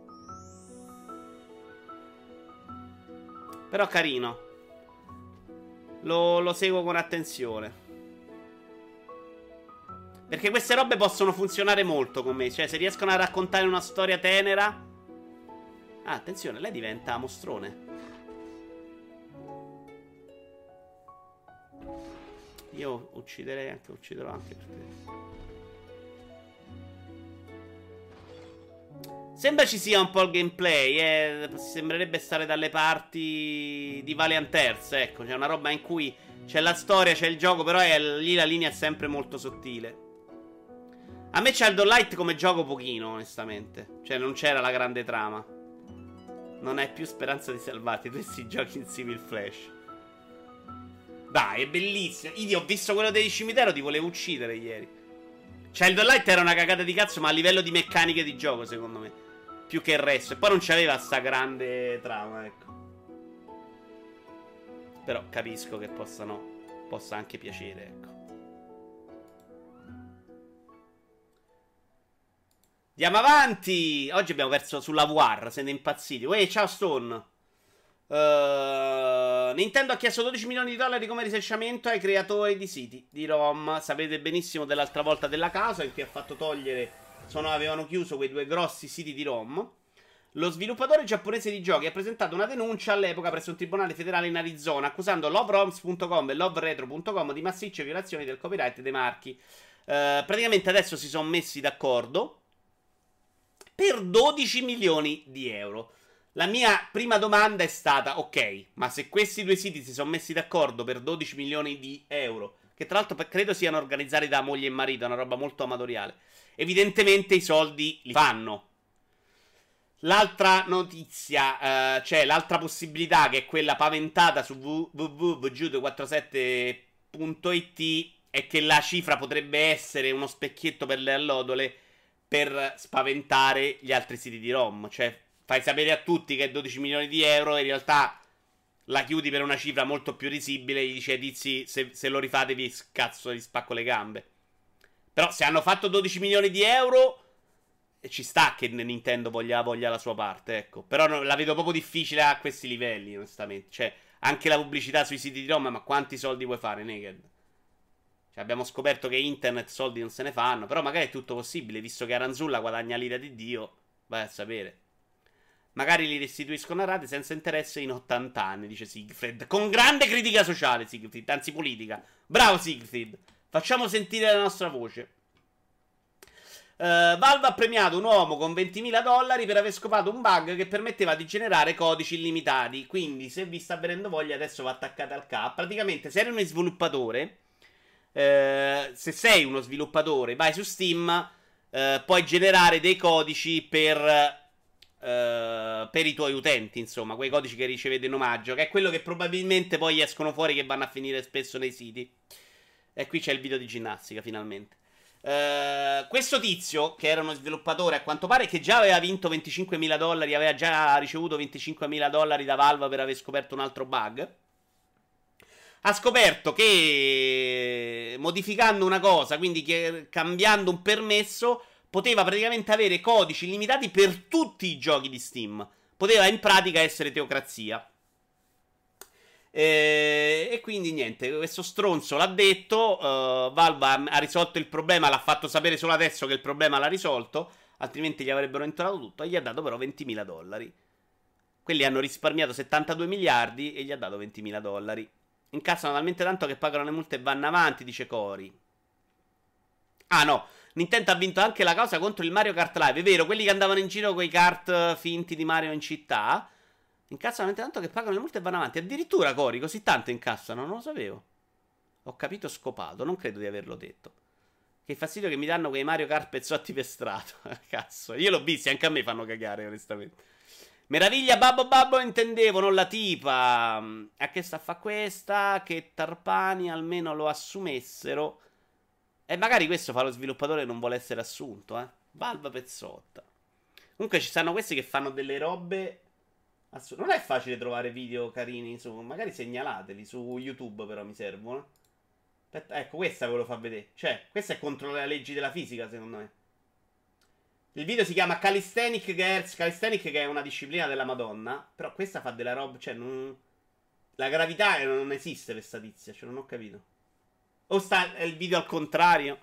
Però carino. Lo, lo seguo con attenzione. Perché queste robe possono funzionare molto con me. Cioè, se riescono a raccontare una storia tenera. Ah, attenzione, lei diventa mostrone. Io ucciderei anche, ucciderò anche per te. Sembra ci sia un po' il gameplay, eh. Sembrerebbe stare dalle parti di Valiant Earth, ecco. C'è una roba in cui c'è la storia, c'è il gioco, però è, lì la linea è sempre molto sottile. A me Child of Light come gioco pochino, onestamente. Cioè non c'era la grande trama. Non hai più speranza di salvarti questi giochi in Civil Flash. Dai, è bellissimo. Io ho visto quello del cimitero, ti volevo uccidere ieri. Child of Light era una cagata di cazzo, ma a livello di meccaniche di gioco, secondo me. Più che il resto. E poi non c'aveva sta grande trama, ecco. Però capisco che possano, possa anche piacere, ecco. Andiamo avanti. Oggi abbiamo perso sulla War, siete impazziti. Uè, ciao Stone. uh, Nintendo ha chiesto dodici milioni di dollari come risarcimento ai creatori di siti di ROM. Sapete benissimo dell'altra volta della causa in cui ha fatto togliere... Sono, avevano chiuso quei due grossi siti di ROM. Lo sviluppatore giapponese di giochi ha presentato una denuncia all'epoca presso un tribunale federale in Arizona, accusando LoveRoms punto com e LoveRetro punto com di massicce violazioni del copyright dei marchi. Uh, praticamente adesso si sono messi d'accordo per dodici milioni di euro. La mia prima domanda è stata: ok, ma se questi due siti si sono messi d'accordo per dodici milioni di euro, che tra l'altro credo siano organizzati da moglie e marito, è una roba molto amatoriale, evidentemente i soldi li fanno. L'altra notizia, eh, cioè l'altra possibilità, che è quella paventata su w w w punto judo quarantasette punto i t, è che la cifra potrebbe essere uno specchietto per le allodole per spaventare gli altri siti di ROM. Cioè fai sapere a tutti che è dodici milioni di euro e in realtà la chiudi per una cifra molto più risibile. Gli dice ai tizi: se, se lo rifate vi cazzo vi spacco le gambe. Però se hanno fatto dodici milioni di euro, ci sta che Nintendo voglia, voglia la sua parte, ecco. Però no, la vedo proprio difficile a questi livelli, onestamente. Cioè, anche la pubblicità sui siti di ROM, ma quanti soldi vuoi fare, Naked? Cioè, abbiamo scoperto che internet soldi non se ne fanno, però magari è tutto possibile, visto che Aranzulla guadagna l'ira di Dio, vai a sapere. Magari li restituiscono a rate senza interesse in ottanta anni, dice Siegfried. Con grande critica sociale, Siegfried, anzi politica. Bravo Siegfried, facciamo sentire la nostra voce. Uh, Valve ha premiato un uomo con ventimila dollari per aver scopato un bug che permetteva di generare codici illimitati. Quindi, se vi sta venendo voglia, adesso va attaccate al K. Praticamente, se eri uno sviluppatore, uh, se sei uno sviluppatore, vai su Steam, uh, puoi generare dei codici per Uh, per i tuoi utenti, insomma, quei codici che ricevete in omaggio, che è quello che probabilmente poi escono fuori, che vanno a finire spesso nei siti. E qui c'è il video di ginnastica, finalmente. Uh, questo tizio, che era uno sviluppatore, a quanto pare, che già aveva vinto venticinquemila dollari, aveva già ricevuto venticinquemila dollari da Valve per aver scoperto un altro bug. Ha scoperto che modificando una cosa, quindi che, cambiando un permesso, poteva praticamente avere codici limitati per tutti i giochi di Steam. Poteva in pratica essere teocrazia. E, e quindi niente, questo stronzo l'ha detto. uh, Valve ha, ha risolto il problema, l'ha fatto sapere solo adesso che il problema l'ha risolto, altrimenti gli avrebbero intonato tutto. E gli ha dato però ventimila dollari. Quelli hanno risparmiato settantadue miliardi e gli ha dato ventimila dollari. Incassano talmente tanto che pagano le multe e vanno avanti, dice Cori. Ah no, Nintendo ha vinto anche la causa contro il Mario Kart Live. È vero, quelli che andavano in giro con i kart finti di Mario in città incassano talmente tanto che pagano le multe e vanno avanti. Addirittura, Cori, così tanto incassano, non lo sapevo. Ho capito scopato, non credo di averlo detto. Che fastidio che mi danno quei Mario Kart pezzotti per strada. Cazzo, io l'ho visti, anche a me fanno cagare, onestamente. Meraviglia, babbo babbo, intendevo, non la tipa. A che sta a fa questa? Che Tarpani almeno lo assumessero. E magari questo fa lo sviluppatore che non vuole essere assunto, eh. Valve pezzotta. Comunque ci stanno questi che fanno delle robe assu- non è facile trovare video carini su. Magari segnalateli su YouTube, però mi servono. Aspetta, ecco, questa ve lo fa vedere. Cioè, questa è contro le leggi della fisica, secondo me. Il video si chiama Calisthenic Girls. Calisthenic, che è una disciplina della Madonna. Però questa fa della roba. Cioè, non... la gravità non esiste per sta tizia. Cioè, non ho capito. O sta è il video al contrario?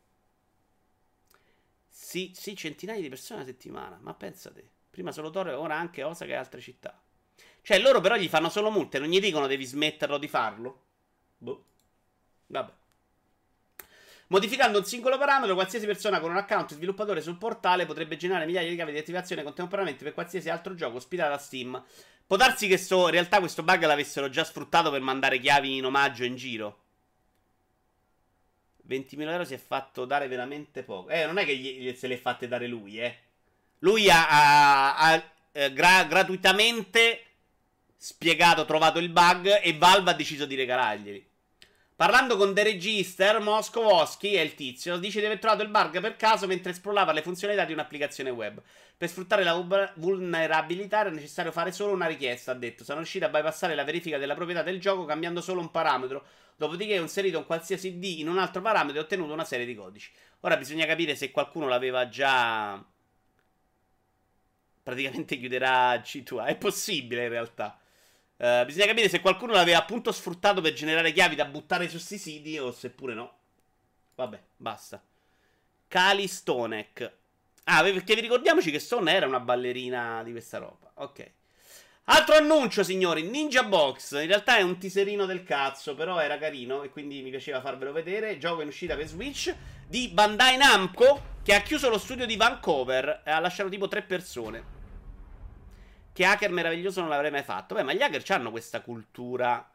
Sì, sì, centinaia di persone a settimana. Ma pensate. Prima solo Toro, ora anche Osaka e altre città. Cioè, loro però gli fanno solo multe. Non gli dicono devi smetterlo di farlo. Boh. Vabbè. Modificando un singolo parametro, qualsiasi persona con un account sviluppatore sul portale potrebbe generare migliaia di chiavi di attivazione contemporaneamente per qualsiasi altro gioco ospitato da Steam. Può darsi che sto, in realtà questo bug l'avessero già sfruttato per mandare chiavi in omaggio in giro. ventimila euro si è fatto dare veramente poco. Eh, non è che gli, se le è fatte dare lui, eh. Lui ha, ha, ha eh, gra- gratuitamente spiegato, trovato il bug e Valve ha deciso di regalarglieli. Parlando con The Register, Moskowski, è il tizio, dice di aver trovato il bug per caso mentre esplorava le funzionalità di un'applicazione web. Per sfruttare la vulnerabilità era necessario fare solo una richiesta, ha detto. Sono riuscito a bypassare la verifica della proprietà del gioco cambiando solo un parametro. Dopodiché ho inserito un qualsiasi D in un altro parametro e ho ottenuto una serie di codici. Ora bisogna capire se qualcuno l'aveva già... Praticamente chiuderà G due A. È possibile in realtà. Uh, bisogna capire se qualcuno l'aveva appunto sfruttato per generare chiavi da buttare su sti siti o seppure no. Vabbè, basta. Kali Stonek. Ah, perché vi ricordiamoci che Stone era una ballerina di questa roba. Ok. Altro annuncio, signori. Ninja Box. In realtà è un teaserino del cazzo, però era carino e quindi mi piaceva farvelo vedere. Gioco in uscita per Switch di Bandai Namco, che ha chiuso lo studio di Vancouver e ha lasciato tipo tre persone. Che hacker meraviglioso non l'avrei mai fatto. Beh, ma gli hacker hanno questa cultura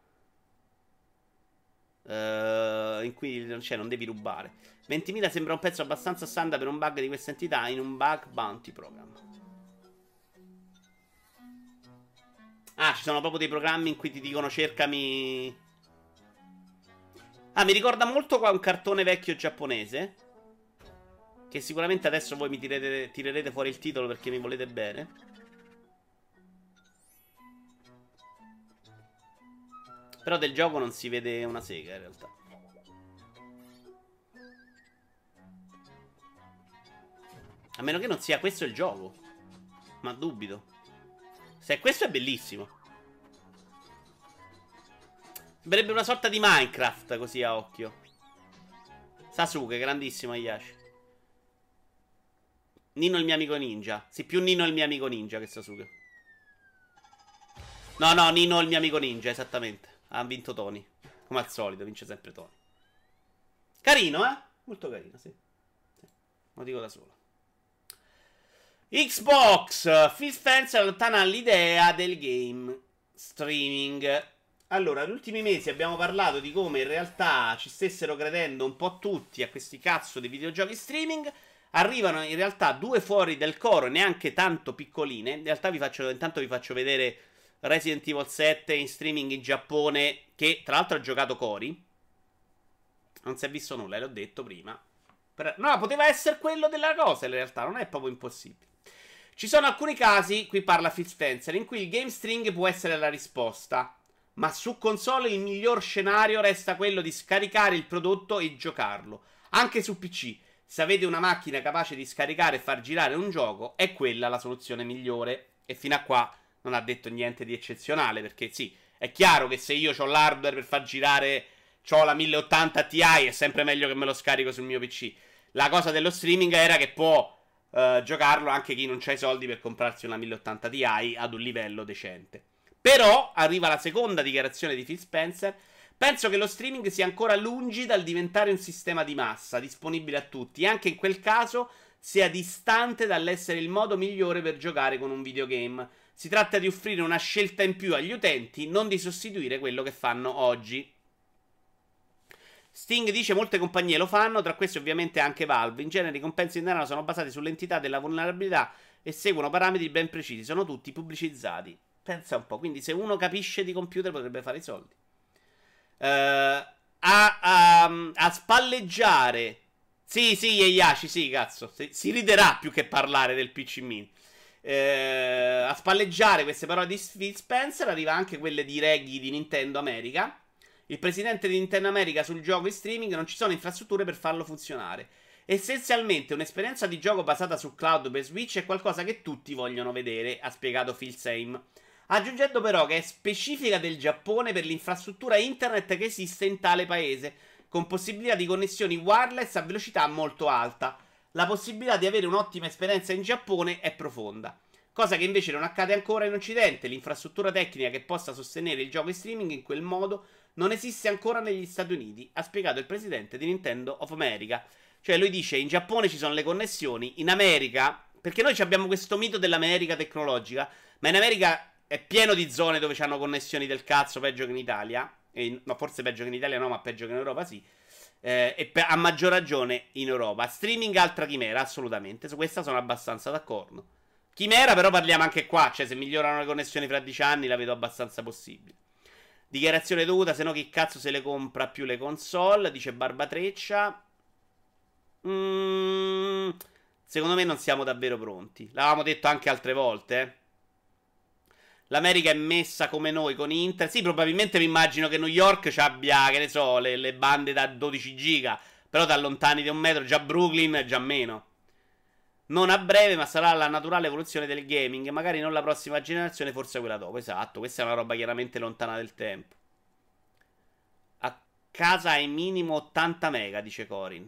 uh, in cui cioè, non devi rubare. ventimila sembra un pezzo abbastanza standard per un bug di questa entità in un bug bounty program. Ah, ci sono proprio dei programmi in cui ti dicono cercami. Ah, mi ricorda molto qua un cartone vecchio giapponese, che sicuramente adesso voi mi tirete, tirerete fuori il titolo perché mi volete bene. Però del gioco non si vede una sega in realtà. A meno che non sia questo il gioco. Ma dubito. Se questo è bellissimo. Sembrerebbe una sorta di Minecraft così a occhio. Sasuke, grandissimo Ayashi. Nino il mio amico ninja. Sì, più Nino il mio amico ninja che Sasuke. No, no, Nino il mio amico ninja, esattamente. Ha vinto Tony. Come al solito, vince sempre Tony. Carino, eh? Molto carino, sì. Sì. Lo dico da solo. Xbox. Phil Spencer allontana l'idea del game streaming. Allora, negli ultimi mesi abbiamo parlato di come in realtà ci stessero credendo un po' tutti a questi cazzo di videogiochi streaming. Arrivano in realtà due fuori del coro, neanche tanto piccoline. In realtà vi faccio, intanto vi faccio vedere Resident Evil sette in streaming in Giappone, che tra l'altro ha giocato Cori. Non si è visto nulla, l'ho detto prima. Per... No, poteva essere quello della cosa in realtà, non è proprio impossibile. Ci sono alcuni casi, qui parla Phil Spencer, in cui il game string può essere la risposta, ma su console il miglior scenario resta quello di scaricare il prodotto e giocarlo. Anche su P C, se avete una macchina capace di scaricare e far girare un gioco, è quella la soluzione migliore. E fino a qua non ha detto niente di eccezionale, perché sì, è chiaro che se io ho l'hardware per far girare, ho la mille ottanta Ti, è sempre meglio che me lo scarico sul mio P C. La cosa dello streaming era che può Uh, giocarlo anche chi non ha i soldi per comprarsi una mille ottanta Ti ad un livello decente. Però arriva la seconda dichiarazione di Phil Spencer. Penso che lo streaming sia ancora lungi dal diventare un sistema di massa disponibile a tutti, e anche in quel caso sia distante dall'essere il modo migliore per giocare con un videogame. Si tratta di offrire una scelta in più agli utenti, non di sostituire quello che fanno oggi. Sting dice molte compagnie lo fanno, tra queste ovviamente anche Valve. In genere i compensi in denaro sono basati sull'entità della vulnerabilità e seguono parametri ben precisi, sono tutti pubblicizzati. Pensa un po', quindi se uno capisce di computer potrebbe fare i soldi. Uh, a, a, a spalleggiare. Sì, sì, Eiaci, sì, cazzo. Si, si riderà più che parlare del P C Mini. Uh, a spalleggiare queste parole di Phil Spencer arriva anche quelle di Reggie di Nintendo America. Il presidente di Nintendo America sul gioco in streaming: non ci sono infrastrutture per farlo funzionare. Essenzialmente un'esperienza di gioco basata su cloud per Switch è qualcosa che tutti vogliono vedere, ha spiegato Phil Same. Aggiungendo però che è specifica del Giappone per l'infrastruttura internet che esiste in tale paese, con possibilità di connessioni wireless a velocità molto alta. La possibilità di avere un'ottima esperienza in Giappone è profonda, cosa che invece non accade ancora in Occidente. L'infrastruttura tecnica che possa sostenere il gioco in streaming in quel modo non esiste ancora negli Stati Uniti, ha spiegato il presidente di Nintendo of America. Cioè lui dice in Giappone ci sono le connessioni, in America, perché noi abbiamo questo mito dell'America tecnologica, ma in America è pieno di zone dove hanno connessioni del cazzo, peggio che in Italia. E, no, forse peggio che in Italia no, ma peggio che in Europa sì. Eh, e per, a maggior ragione in Europa. Streaming altra chimera, assolutamente. Su questa sono abbastanza d'accordo. Chimera però parliamo anche qua, cioè se migliorano le connessioni fra dieci anni la vedo abbastanza possibile. Dichiarazione dovuta, se no chi cazzo se le compra più le console, dice Barbatreccia. Mm, secondo me non siamo davvero pronti. L'avevamo detto anche altre volte, eh. L'America è messa come noi con Intel. Sì, probabilmente mi immagino che New York ci abbia, che ne so, le, le bande da dodici giga. Però da lontani di un metro, già Brooklyn, già meno. Non a breve, ma sarà la naturale evoluzione del gaming. Magari non la prossima generazione, forse quella dopo. Esatto, questa è una roba chiaramente lontana del tempo. A casa hai minimo ottanta mega, dice Corin.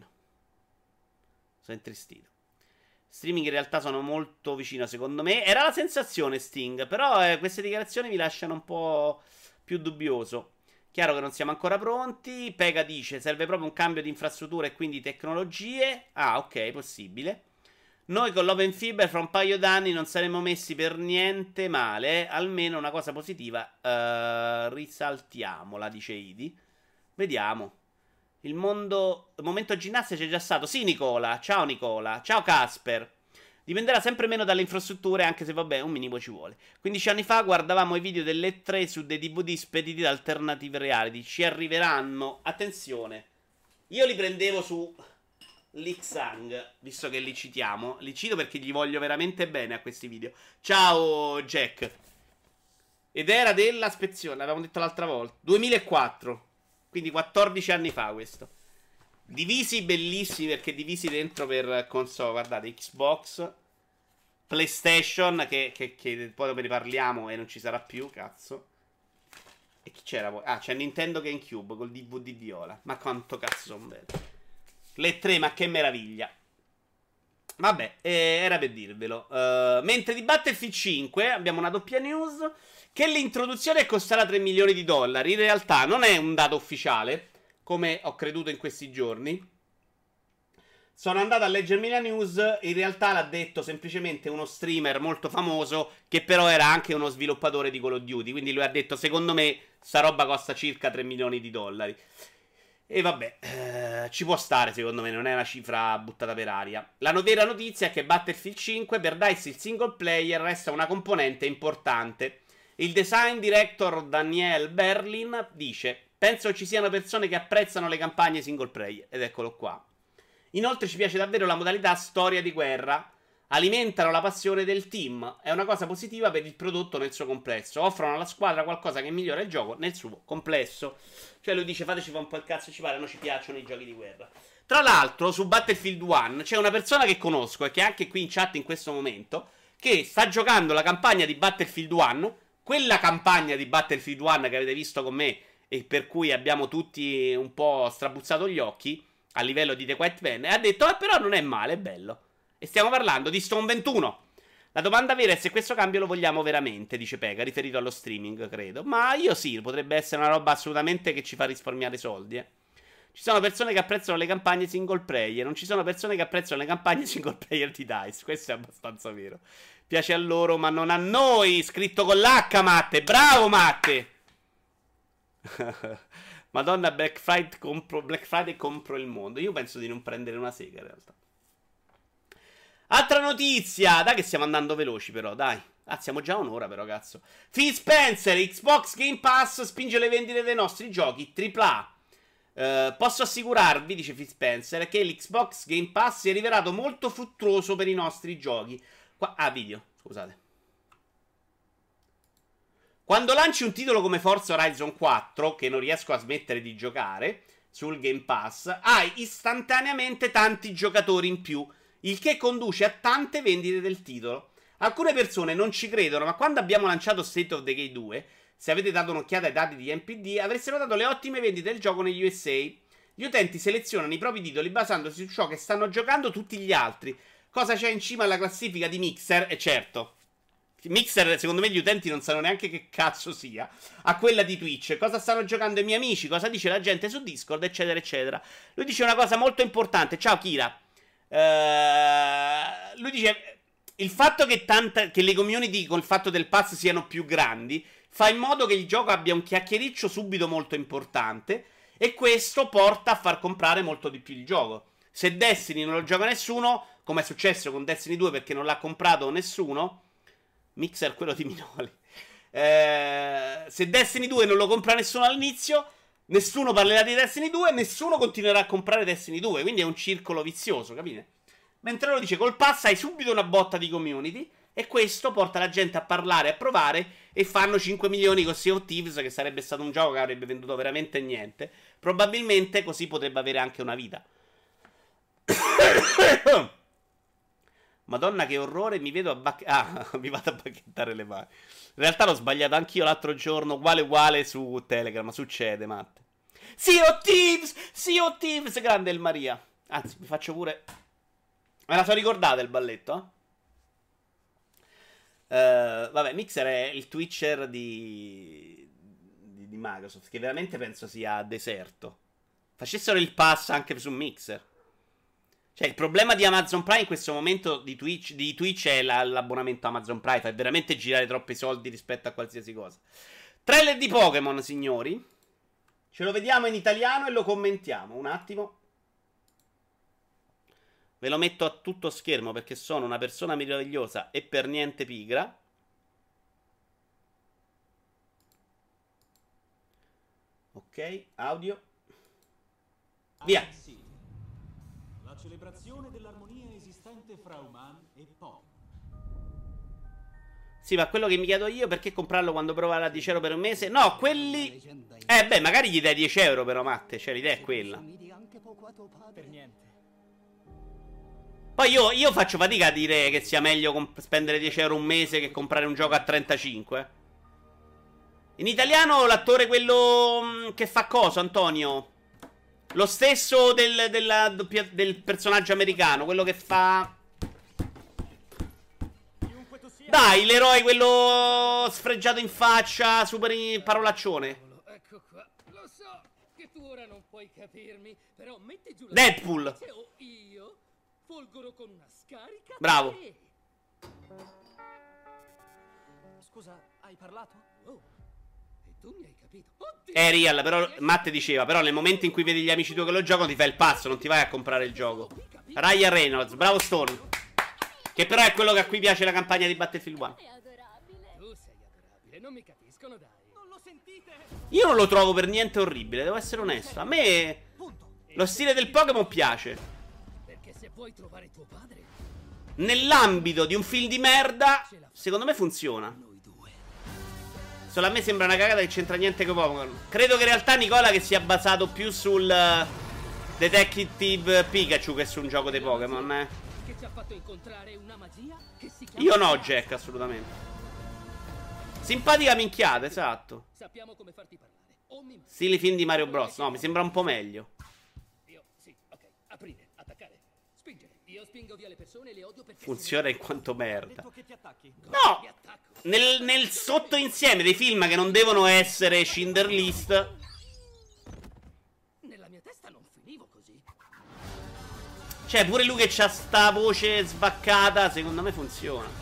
Sono intristito. Streaming in realtà sono molto vicino, secondo me. Era la sensazione Sting, però eh, queste dichiarazioni mi lasciano un po' più dubbioso. Chiaro che non siamo ancora pronti. Pega dice serve proprio un cambio di infrastrutture e quindi tecnologie. Ah, ok, possibile. Noi con l'Open Fiber fra un paio d'anni non saremmo messi per niente male, eh? Almeno una cosa positiva uh, risaltiamola, dice Idi. Vediamo. Il mondo... Il momento ginnastica c'è già stato. Sì, Nicola. Ciao, Nicola. Ciao, Casper. Dipenderà sempre meno dalle infrastrutture, anche se vabbè, un minimo ci vuole. quindici anni fa guardavamo i video delle tre su dei D V D spediti da Alternative Reality. Ci arriveranno. Attenzione. Io li prendevo su Lixang, visto che li citiamo. Li cito perché gli voglio veramente bene a questi video. Ciao, Jack. Ed era della spezione, l'avevamo detto l'altra volta. duemilaquattro. Quindi quattordici anni fa questo. Divisi bellissimi perché divisi dentro per console. Guardate, Xbox, PlayStation, che, che, che poi dopo ne parliamo e non ci sarà più, cazzo. E chi c'era poi? Ah, c'è Nintendo GameCube col D V D viola. Ma quanto cazzo sono belli. Le tre, ma che meraviglia. Vabbè, eh, era per dirvelo. uh, Mentre di Battlefield cinque abbiamo una doppia news, che l'introduzione costerà tre milioni di dollari. In realtà non è un dato ufficiale, come ho creduto in questi giorni. Sono andato a leggermi la news. In realtà l'ha detto semplicemente uno streamer molto famoso, che però era anche uno sviluppatore di Call of Duty. Quindi lui ha detto: secondo me sta roba costa circa tre milioni di dollari. E vabbè, eh, ci può stare secondo me, non è una cifra buttata per aria. La no- vera notizia è che Battlefield cinque per DICE il single player resta una componente importante. Il design director Daniel Berlin dice: penso ci siano persone che apprezzano le campagne single player. Ed eccolo qua. Inoltre ci piace davvero la modalità storia di guerra. Alimentano la passione del team. È una cosa positiva per il prodotto nel suo complesso. Offrono alla squadra qualcosa che migliora il gioco nel suo complesso. Cioè lui dice fateci fa un po' il cazzo ci pare, non ci piacciono i giochi di guerra. Tra l'altro su Battlefield uno c'è una persona che conosco e che è anche qui in chat in questo momento, che sta giocando la campagna di Battlefield uno, quella campagna di Battlefield uno che avete visto con me e per cui abbiamo tutti un po' strabuzzato gli occhi a livello di The Quiet Man, e ha detto eh, però non è male, è bello. E stiamo parlando di Stone ventuno. La domanda vera è se questo cambio lo vogliamo veramente, dice Pega, riferito allo streaming, credo. Ma io sì, potrebbe essere una roba assolutamente che ci fa risparmiare soldi, eh. Ci sono persone che apprezzano le campagne single player, non ci sono persone che apprezzano le campagne single player di DICE. Questo è abbastanza vero. Piace a loro, ma non a noi. Scritto con l'H, Matte. Bravo, Matte. Madonna, Black Friday, compro, Black Friday compro il mondo. Io penso di non prendere una sega, in realtà. Altra notizia. Dai che stiamo andando veloci però, dai. Ah, siamo già a un'ora però, cazzo. Phil Spencer, Xbox Game Pass spinge le vendite dei nostri giochi tripla A. Uh, posso assicurarvi, dice Phil Spencer, che l'Xbox Game Pass si è rivelato molto fruttuoso per i nostri giochi. Qua, ah, video, scusate. Quando lanci un titolo come Forza Horizon quattro, che non riesco a smettere di giocare, sul Game Pass, hai istantaneamente tanti giocatori in più, il che conduce a tante vendite del titolo. Alcune persone non ci credono, ma quando abbiamo lanciato State of Decay due, se avete dato un'occhiata ai dati di N P D, avreste notato le ottime vendite del gioco negli U S A. Gli utenti selezionano i propri titoli basandosi su ciò che stanno giocando tutti gli altri. Cosa c'è in cima alla classifica di Mixer? E certo, Mixer, secondo me gli utenti non sanno neanche che cazzo sia. A quella di Twitch. Cosa stanno giocando i miei amici? Cosa dice la gente su Discord, eccetera, eccetera. Lui dice una cosa molto importante. Ciao, Kira. Uh, lui dice: il fatto che, tanta, che le community con il fatto del pass siano più grandi fa in modo che il gioco abbia un chiacchiericcio subito molto importante. E questo porta a far comprare molto di più il gioco. Se Destiny non lo gioca nessuno, come è successo con Destiny due perché non l'ha comprato nessuno. Mixer quello di Minoli. Eh, se Destiny due non lo compra nessuno all'inizio, nessuno parlerà di Destiny due, nessuno continuerà a comprare Destiny due. Quindi è un circolo vizioso, capite? Mentre lo dice, col pass hai subito una botta di community e questo porta la gente a parlare, a provare e fanno cinque milioni con Sea of Thieves, che sarebbe stato un gioco che avrebbe venduto veramente niente. Probabilmente così potrebbe avere anche una vita. Madonna che orrore, mi vedo a bac- ah, mi vado a bacchettare le mani. In realtà l'ho sbagliato anch'io l'altro giorno, uguale uguale su Telegram, succede, Matte. Sea of Thieves, Sea of Thieves, grande il Maria. Anzi, mi faccio pure... Me la so ricordata il balletto? Uh, vabbè, Mixer è il Twitcher di... di... di Microsoft, che veramente penso sia deserto. Facessero il pass anche su Mixer. Cioè, il problema di Amazon Prime in questo momento di Twitch, di Twitch è la, l'abbonamento a Amazon Prime. Fa veramente girare troppi soldi rispetto a qualsiasi cosa. Trailer di Pokémon, signori. Ce lo vediamo in italiano e lo commentiamo. Un attimo. Ve lo metto a tutto schermo perché sono una persona meravigliosa e per niente pigra. Ok, audio. Via. La celebrazione dell'armonia esistente fra umani e Pokémon. Sì, ma quello che mi chiedo io, perché comprarlo quando prova a dieci euro per un mese? No, quelli... Eh beh, magari gli dai dieci euro però, Matte. Cioè, l'idea è quella. Per niente. Poi io, io faccio fatica a dire che sia meglio comp- spendere dieci euro un mese che comprare un gioco a trentacinque. In italiano l'attore quello mh, che fa cosa, Antonio? Lo stesso del, della, doppia- del personaggio americano, quello che fa... Dai, l'eroe, quello sfregiato in faccia, super in- parolaccione. Ecco qua. Lo so che tu ora non puoi capirmi, però metti giù la Deadpool. o io folgoro con una scarica. Bravo. E... Scusa, hai parlato? Oh. E tu mi hai capito. Oddio. Eh, real, però Matte diceva, però nel momento in cui vedi gli amici tuoi che lo giocano ti fai il pazzo, non ti vai a comprare il gioco. Ryan Reynolds, bravo Stone. Che però è quello che a cui piace la campagna di Battlefield uno. È adorabile. Tu sei adorabile, non mi capiscono, dai. Non lo sentite? Io non lo trovo per niente orribile, devo essere onesto. A me lo stile del Pokémon piace. Perché se vuoi trovare tuo padre, Nell'ambito di un film di merda, secondo me funziona. noi due. Solo a me sembra una cagata che c'entra niente con Pokémon. Credo che in realtà Nicola che sia basato più sul uh, Detective Pikachu che su un gioco dei Pokémon, eh. Che ci ha fatto incontrare una magia che si chiama Io no, Grazia. Jack, assolutamente. Simpatica minchiata, esatto. Sappiamo come farti parlare. O mi mandi. Stile film di Mario Bros. No, mi sembra un po' meglio. Io, sì, ok. Aprire, attaccare, spingere. Io spingo via le persone e le odio perché Funziona in quanto merda. Detto che ti attacchi. No! mi attacco. Nel, nel sottoinsieme dei film che non devono essere Schindler List, Nella mia testa non finivo così. cioè pure lui che c'ha sta voce sbaccata, secondo me funziona.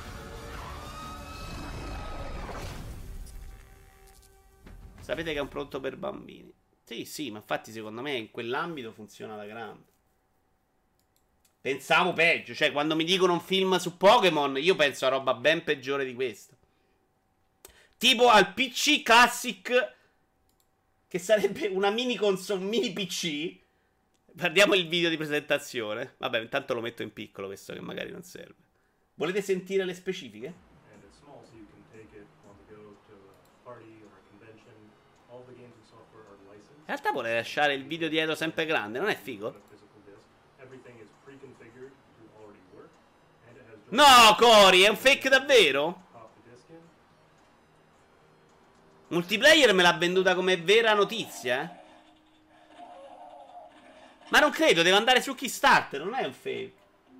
Sapete che è un prodotto per bambini. Sì, sì, ma infatti secondo me in quell'ambito funziona alla grande. Pensavo peggio, cioè quando mi dicono un film su Pokémon, io penso a roba ben peggiore di questa. Tipo al P C Classic, che sarebbe una mini console, un mini P C. Guardiamo il video di presentazione. Vabbè, intanto lo metto in piccolo questo che magari non serve. Volete sentire le specifiche? And it's small, so you can take it on the go to a party or a convention. All the games and software are licensed. In realtà vuole lasciare il video dietro sempre grande, non è On figo? a physical disc. Everything is pre-configured to already work, and it has just No, Cory, è un fake davvero? pop the disc in. Multiplayer me l'ha venduta come vera notizia, eh? Ma non credo, deve andare su Kickstarter, non è un fake.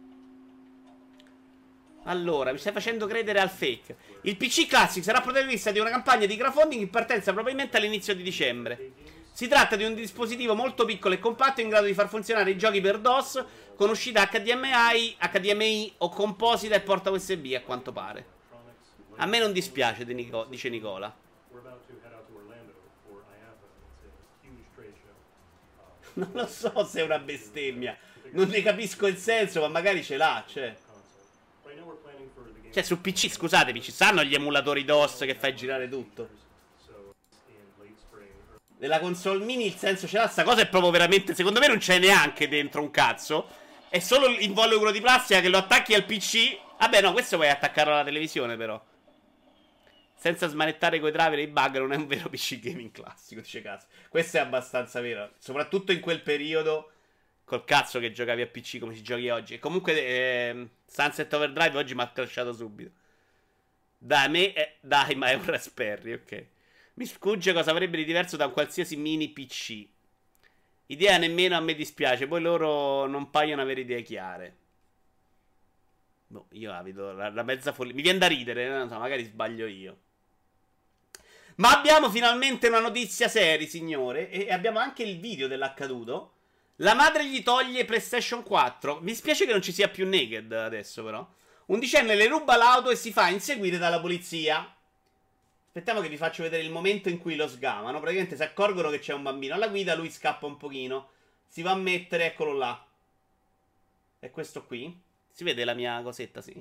Allora, mi stai facendo credere al fake. Il P C Classic sarà protagonista di una campagna di crowdfunding in partenza probabilmente all'inizio di dicembre. Si tratta di un dispositivo molto piccolo e compatto in grado di far funzionare i giochi per DOS con uscita H D M I, H D M I o composita e porta U S B a quanto pare. A me non dispiace, di Nico- dice Nicola. We're about to head out to Orlando for I A P A. It's a huge trade show. Non lo so se è una bestemmia. Non ne capisco il senso, ma magari ce l'ha, cioè. Console. Right now we're planning for the game. Cioè, su P C, scusatemi, ci stanno gli emulatori DOS che fai girare tutto. So in late spring. or- Nella console mini il senso ce l'ha, sta cosa è proprio veramente, secondo me non c'è neanche dentro un cazzo. È solo l'involucro di plastica che lo attacchi al P C. Vabbè, no, questo puoi attaccarlo alla televisione però. Senza smanettare coi driver e i bug non è un vero P C gaming classico, dice cazzo. Questo è abbastanza vero, soprattutto in quel periodo col cazzo che giocavi a P C come si giochi oggi. E comunque ehm, Sunset Overdrive oggi mi ha crashato subito. Dai, me, eh, dai, ma è un Raspberry, ok. Mi sfugge cosa avrebbe di diverso da un qualsiasi mini P C. Idea nemmeno a me dispiace, poi loro non paiono avere idee chiare. Boh, io la vedo la, la mezza follia. Mi viene da ridere, non so, magari sbaglio io. Ma abbiamo finalmente una notizia seria, signore, e abbiamo anche il video dell'accaduto. La madre gli toglie PlayStation quattro. Mi spiace che non ci sia più Naked adesso, però. Undicenne le ruba l'auto e si fa inseguire dalla polizia. Aspettiamo che vi faccio vedere il momento in cui lo sgamano. Praticamente si accorgono che c'è un bambino alla guida, lui scappa un pochino. Si va a mettere, eccolo là. È questo qui. Si vede la mia cosetta, sì.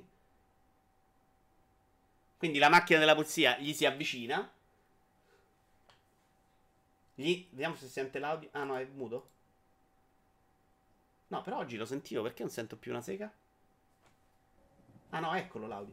Quindi la macchina della polizia gli si avvicina. Gli... Vediamo se si sente l'audio. Ah no, è muto. No, però oggi lo sentivo. Perché non sento più una sega? Ah no, eccolo l'audio.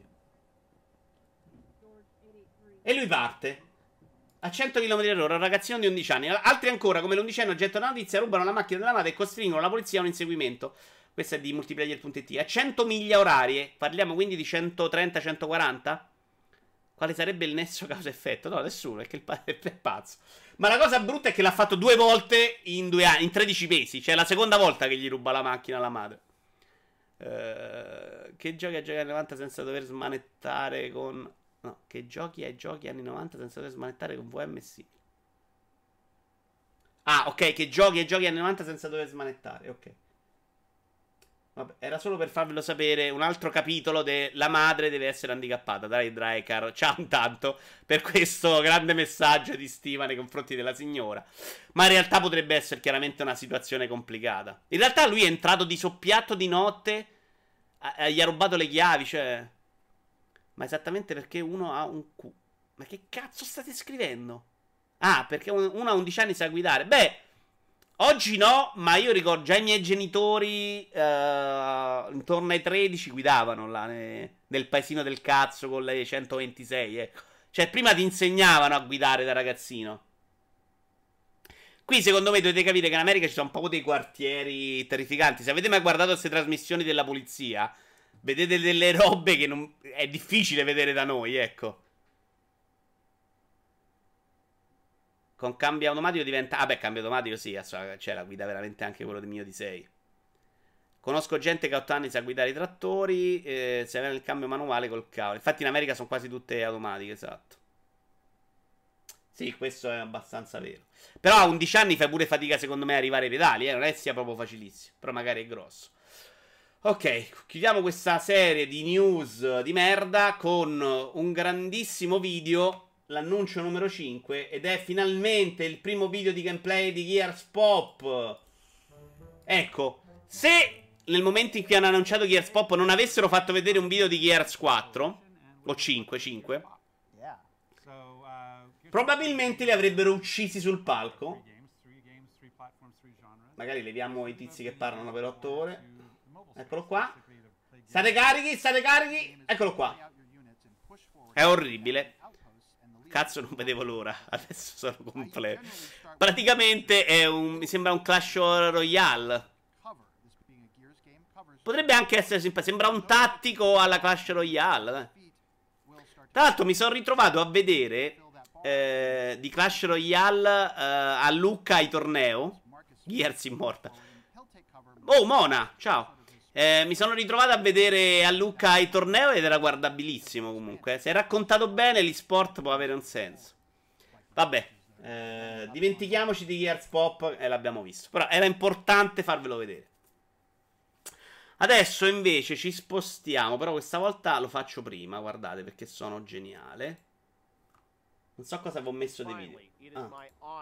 E lui parte. A cento chilometri all'ora, un ragazzino di undici anni. Altri ancora, come l'undicenne oggetto della notizia, rubano la macchina della madre e costringono la polizia a un inseguimento. Questo è di multiplayer punto it. A cento miglia orarie. Parliamo quindi di centotrenta centoquaranta? Quale sarebbe il nesso causa-effetto? No, nessuno, perché il padre è pazzo. Ma la cosa brutta è che l'ha fatto due volte in due anni, in tredici mesi. Cioè, è la seconda volta che gli ruba la macchina alla madre. Uh, che giochi a giochi anni novanta senza dover smanettare con... No, che giochi ai giochi anni novanta senza dover smanettare con V M C. Ah, ok, che giochi ai giochi anni novanta senza dover smanettare, ok. Vabbè, era solo per farvelo sapere. Un altro capitolo della madre deve essere handicappata. Dai, Draekar. Ciao intanto per questo grande messaggio di stima nei confronti della signora. Ma in realtà potrebbe essere chiaramente una situazione complicata. In realtà lui è entrato di soppiatto di notte. A- gli ha rubato le chiavi, cioè. Ma esattamente perché uno ha un Q. Ma che cazzo state scrivendo? Ah, perché uno ha undici anni sa guidare. Beh. Oggi no, ma io ricordo già i miei genitori eh, intorno ai tredici guidavano là ne- nel paesino del cazzo con le centoventisei, ecco. Cioè prima ti insegnavano a guidare da ragazzino. Qui secondo me dovete capire che in America ci sono proprio dei quartieri terrificanti. Se avete mai guardato queste trasmissioni della polizia, vedete delle robe che non... è difficile vedere da noi, ecco. Con cambio automatico diventa... Ah beh, cambio automatico sì, c'è la guida veramente anche quello di mio di sei. Conosco gente che a otto anni sa guidare i trattori, eh, se aveva il cambio manuale col cavolo. Infatti in America sono quasi tutte automatiche, esatto. Sì, questo è abbastanza vero. Però a undici anni fai pure fatica secondo me a arrivare ai pedali, eh? Non è sia proprio facilissimo, però magari è grosso. Ok, chiudiamo questa serie di news di merda con un grandissimo video... L'annuncio numero cinque. Ed è finalmente il primo video di gameplay di Gears Pop. Ecco, se nel momento in cui hanno annunciato Gears Pop non avessero fatto vedere un video di Gears quattro o cinque, cinque, probabilmente li avrebbero uccisi sul palco. Magari leviamo i tizi che parlano per otto ore. Eccolo qua. State carichi, state carichi. Eccolo qua. È orribile. Cazzo, non vedevo l'ora. Adesso sono completo. Praticamente è un... mi sembra un Clash Royale. Potrebbe anche essere simpatico. Sembra un tattico alla Clash Royale. Eh. Tra l'altro mi sono ritrovato a vedere eh, di Clash Royale eh, a Lucca ai torneo. Gears Immortal. Oh, Mona, ciao. Eh, mi sono ritrovato a vedere a Lucca il torneo ed era guardabilissimo comunque. Se è raccontato bene, l'esport può avere un senso. Vabbè, eh, dimentichiamoci di Gears Pop e l'abbiamo visto. Però era importante farvelo vedere. Adesso invece ci spostiamo, però questa volta lo faccio prima, guardate, perché sono geniale. Non so cosa avevo messo dei video. Ah.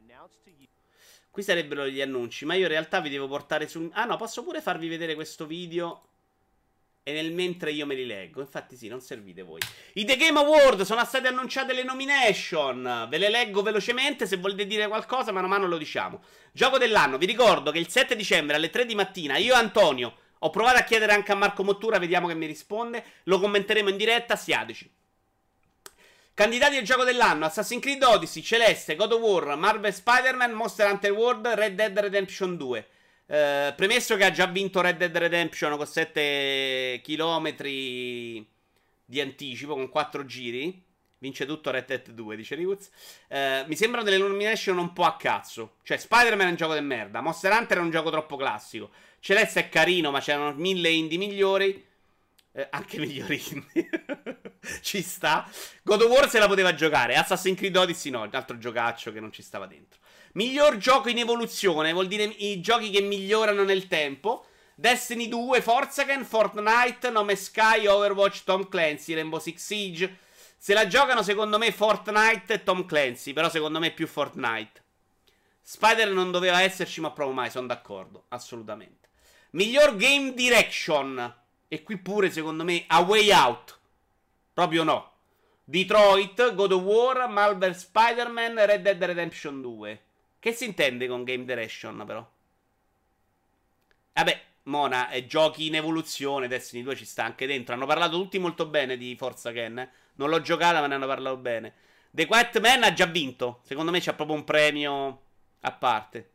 Qui sarebbero gli annunci, ma io in realtà vi devo portare su... Ah no, posso pure farvi vedere questo video e nel mentre io me li leggo. Infatti sì, non servite voi. I The Game Award, sono state annunciate le nomination. Ve le leggo velocemente, se volete dire qualcosa mano a mano lo diciamo. Gioco dell'anno, vi ricordo che il sette dicembre alle tre di mattina io e Antonio ho provato a chiedere anche a Marco Mottura, vediamo che mi risponde. Lo commenteremo in diretta, siateci. Candidati al gioco dell'anno: Assassin's Creed Odyssey, Celeste, God of War, Marvel Spider-Man, Monster Hunter World, Red Dead Redemption due. Eh, premesso che ha già vinto Red Dead Redemption con sette chilometri di anticipo, con quattro giri. Vince tutto Red Dead due, dice Riuz. Eh, mi sembrano delle nomination un po' a cazzo. Cioè, Spider-Man è un gioco di merda. Monster Hunter è un gioco troppo classico. Celeste è carino, ma c'erano mille indie migliori. Eh, anche migliori indie. Ci sta. God of War se la poteva giocare. Assassin's Creed Odyssey no, un altro giocaccio che non ci stava dentro. Miglior gioco in evoluzione, vuol dire i giochi che migliorano nel tempo. Destiny due, Forsaken, Fortnite, No Man's Sky, Overwatch, Tom Clancy, Rainbow Six Siege. Se la giocano secondo me Fortnite e Tom Clancy, però secondo me più Fortnite. Spider non doveva esserci, ma proprio mai, sono d'accordo, assolutamente. Miglior Game Direction, e qui pure secondo me A Way Out. Proprio no. Detroit, God of War, Marvel Spider-Man, Red Dead Redemption due. Che si intende con Game Direction però? Vabbè, Mona, è giochi in evoluzione, Destiny due ci sta anche dentro. Hanno parlato tutti molto bene di Forsaken, eh? Non l'ho giocata ma ne hanno parlato bene. The Quiet Man ha già vinto. Secondo me c'ha proprio un premio a parte.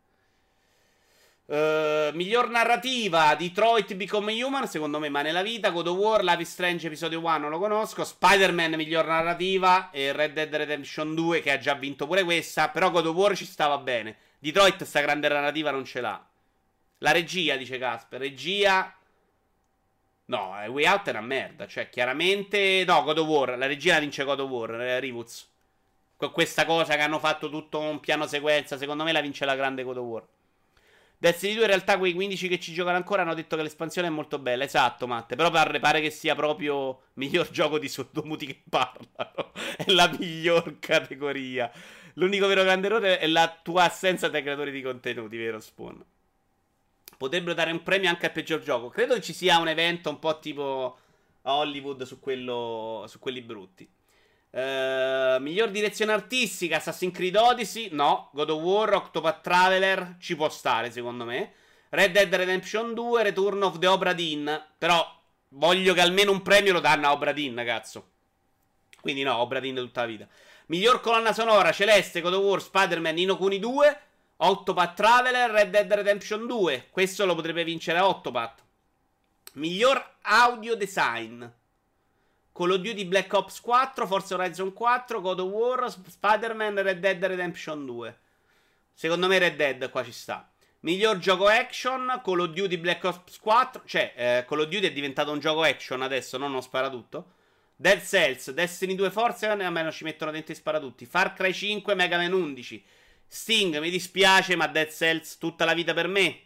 Uh, miglior narrativa: Detroit Become Human, secondo me, ma nella vita. God of War, Life is Strange episodio uno, non lo conosco. Spider-Man miglior narrativa. E Red Dead Redemption due, che ha già vinto pure questa. Però God of War ci stava bene. Detroit sta grande narrativa non ce l'ha. La regia, dice Casper. Regia no, Way Out è una merda. Cioè chiaramente no, God of War. La regia la vince God of War, eh, Rivuz. Con questa cosa che hanno fatto tutto un piano sequenza, secondo me la vince la grande God of War. Destiny due in realtà quei quindici che ci giocano ancora hanno detto che l'espansione è molto bella. Esatto, Matte. Però pare, pare che sia proprio miglior gioco di sordomuti che parlano. È la miglior categoria. L'unico vero grande errore è la tua assenza dai creatori di contenuti, vero Spawn? Potrebbero dare un premio anche al peggior gioco. Credo che ci sia un evento un po' tipo Hollywood su, quello, su quelli brutti. Uh, miglior direzione artistica, Assassin's Creed Odyssey, no. God of War, Octopath Traveler, ci può stare secondo me. Red Dead Redemption due, Return of the Obra Dinn. Però voglio che almeno un premio lo danno a Obra Dinn, cazzo. Quindi no, Obra Dinn tutta la vita. Miglior colonna sonora, Celeste, God of War, Spider-Man, Nino Kuni due, Octopath Traveler, Red Dead Redemption due. Questo lo potrebbe vincere Octopath. Miglior audio design, Call of Duty Black Ops quattro, Forza Horizon quattro, God of War, Spider-Man, Red Dead Redemption due. Secondo me Red Dead qua ci sta. Miglior gioco action, Call of Duty Black Ops quattro. Cioè, eh, Call of Duty è diventato un gioco action adesso, non uno sparatutto. Dead Cells, Destiny due Forza, a me non ci mettono dentro i sparatutti. Far Cry cinque, Mega Man undici. Sting, mi dispiace, ma Dead Cells tutta la vita per me.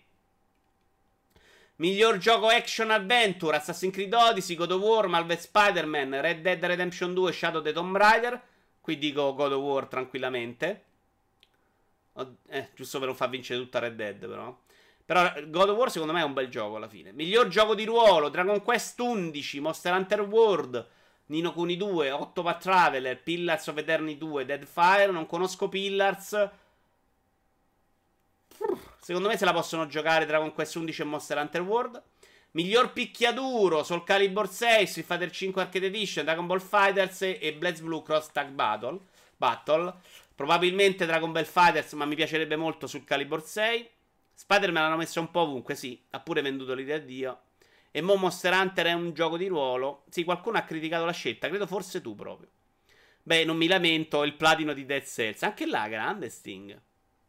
Miglior gioco action adventure, Assassin's Creed Odyssey, God of War, Marvel Spider-Man, Red Dead Redemption due, Shadow of the Tomb Raider. Qui dico God of War tranquillamente. Eh, giusto per non far vincere tutta Red Dead però. Però God of War secondo me è un bel gioco alla fine. Miglior gioco di ruolo, Dragon Quest undici, Monster Hunter World, Nino Kuni due, Octopath Traveler, Pillars of Eternity due, Deadfire. Non conosco Pillars. Secondo me se la possono giocare Dragon Quest undici e Monster Hunter World. Miglior picchiaduro, Soul Calibur sei, Street Fighter cinque Arcade Edition, Dragon Ball Fighters e BlazBlue Cross Tag Battle. Battle. Probabilmente Dragon Ball Fighters, ma mi piacerebbe molto Soul Calibur sei. Spider-Man l'hanno messo un po' ovunque, sì. Ha pure venduto l'idea a Dio. E mo Monster Hunter è un gioco di ruolo. Sì, qualcuno ha criticato la scelta, credo forse tu proprio. Beh, non mi lamento, il platino di Dead Cells. Anche là, grande Sting.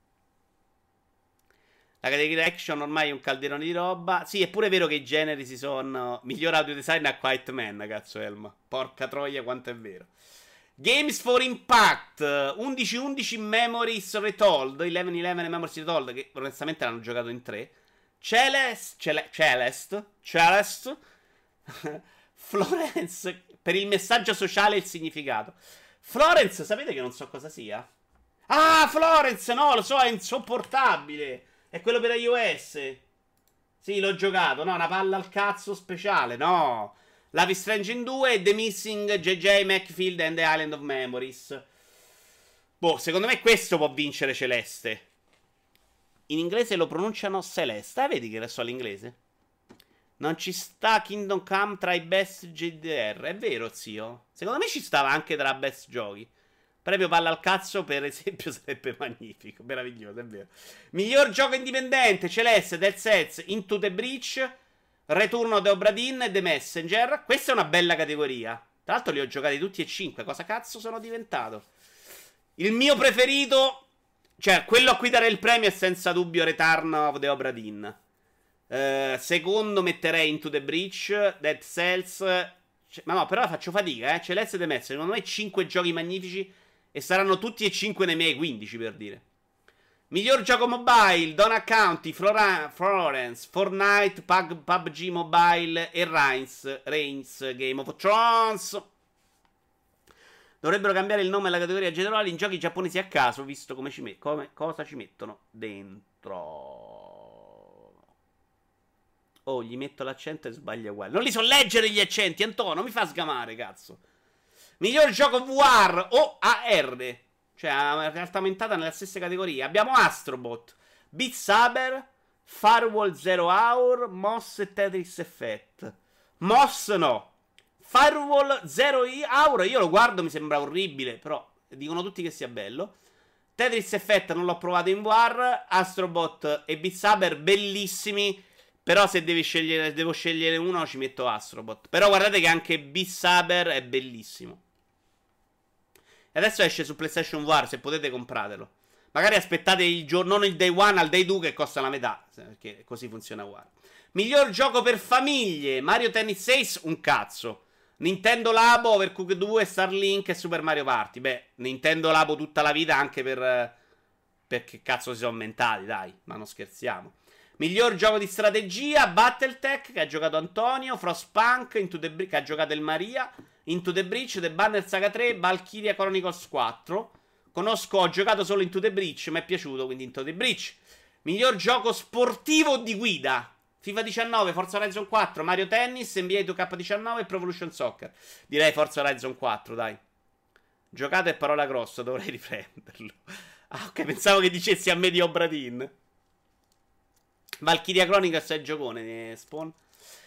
La categoria action ormai è un calderone di roba. Sì, è pure vero che i generi si sono... Miglior audio design a Quiet Man, cazzo Elma. Porca troia, quanto è vero. Games for Impact, undici undici Memories Retold, undici undici Memories Retold, che onestamente l'hanno giocato in tre. Celeste, Cele, Celeste, Celeste, Florence, per il messaggio sociale e il significato. Florence, sapete che non so cosa sia? Ah, Florence, no, lo so, è insopportabile. È quello per iOS. Sì, l'ho giocato. No, una palla al cazzo speciale. No. Life is Strange in due e The Missing J J Macfield and the Island of Memories. Boh, secondo me questo può vincere Celeste. In inglese lo pronunciano Celeste. Ah, vedi che adesso all'inglese? Non ci sta Kingdom Come tra i best G D R. È vero, zio. Secondo me ci stava anche tra best giochi. Premio palla al cazzo, per esempio, sarebbe magnifico. Meraviglioso, è vero. Miglior gioco indipendente, Celeste, Dead Cells, Into the Breach, Return of the Obra Dinn e The Messenger. Questa è una bella categoria. Tra l'altro li ho giocati tutti e cinque. Cosa cazzo sono diventato? Il mio preferito, cioè quello a cui dare il premio è senza dubbio Return of the Obra Dinn. Uh, secondo metterei Into the Breach, Dead Cells. Cioè, ma no, però faccio fatica, eh. Celeste e The Messenger. Secondo me cinque giochi magnifici. E saranno tutti e cinque nei miei quindici, per dire. Miglior gioco mobile, Donna County, Flora Florence, Fortnite, Pug P U B G Mobile e Reigns, Reigns, Game of Thrones. Dovrebbero cambiare il nome alla categoria generale in giochi giapponesi a caso, visto come ci met- come, cosa ci mettono dentro. Oh, gli metto l'accento e sbaglia uguale. Non li so leggere gli accenti, Antonio, non mi fa sgamare, cazzo. Miglior gioco V R o A R, cioè a realtà aumentata nella stessa categoria. Abbiamo Astrobot, Beat Saber, Firewall Zero Hour, Moss e Tetris Effect. Moss no. Firewall Zero Hour, io lo guardo, mi sembra orribile, però dicono tutti che sia bello. Tetris Effect non l'ho provato in V R. Astrobot e Beat Saber bellissimi. Però se devi scegliere, devo scegliere uno ci metto Astrobot. Però guardate che anche Beat Saber è bellissimo. E adesso esce su PlayStation V R, se potete compratelo. Magari aspettate il giorno, non il day one, al day due che costa la metà, perché così funziona V R. Miglior gioco per famiglie, Mario Tennis Ace, un cazzo. Nintendo Labo, Overcooked due, Starlink e Super Mario Party. Beh, Nintendo Labo tutta la vita anche per... perché cazzo si sono aumentati, dai, ma non scherziamo. Miglior gioco di strategia, Battletech, che ha giocato Antonio, Frostpunk, Into the Breach, che ha giocato il Maria, Into the Breach, The Banner Saga tre, Valkyria Chronicles quattro. Conosco, ho giocato solo Into the Breach, mi è piaciuto, quindi Into the Breach. Miglior gioco sportivo di guida, FIFA diciannove, Forza Horizon quattro, Mario Tennis, N B A due K diciannove e Pro Evolution Soccer. Direi Forza Horizon quattro, dai. Giocato è parola grossa, dovrei riprenderlo. Ah, ok, pensavo che dicessi a me di Obradin. Valkyria Chronicles è il giocone di Spawn. Uh,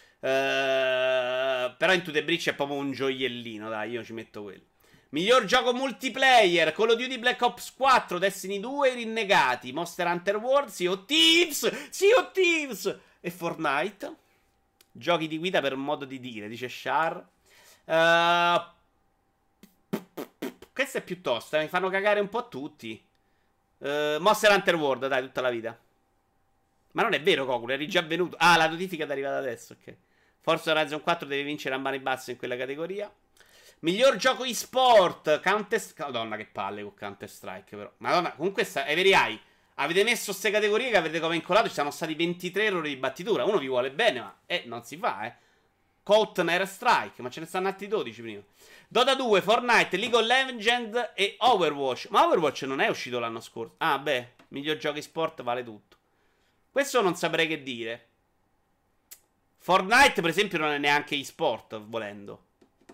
però Into the Breach è proprio un gioiellino, dai, io ci metto quello. Miglior gioco multiplayer, Call of Duty Black Ops quattro, Destiny due, I Rinnegati, Monster Hunter World, Sea of Thieves, Sea of Thieves e Fortnite. Giochi di guida per un modo di dire, dice Char. Uh, questa è più tosta, mi fanno cagare un po' tutti. Uh, Monster Hunter World, dai, tutta la vita. Ma non è vero, Kokul, eri già venuto. Ah, la notifica è arrivata adesso, ok. Forza Horizon quattro deve vincere a mani basse in quella categoria. Miglior gioco e-sport, Counter Strike. Madonna, che palle con Counter Strike, però. Madonna, comunque sta, Every Eye, avete messo queste categorie che avete come incolato. Ci sono stati ventitré errori di battitura. Uno vi vuole bene, ma eh, non si fa, eh. Colt Air Strike, ma ce ne stanno altri dodici prima. Dota due, Fortnite, League of Legends e Overwatch. Ma Overwatch non è uscito l'anno scorso. Ah, beh, miglior gioco e-sport vale tutto. Questo non saprei che dire. Fortnite, per esempio, non è neanche e-sport, volendo.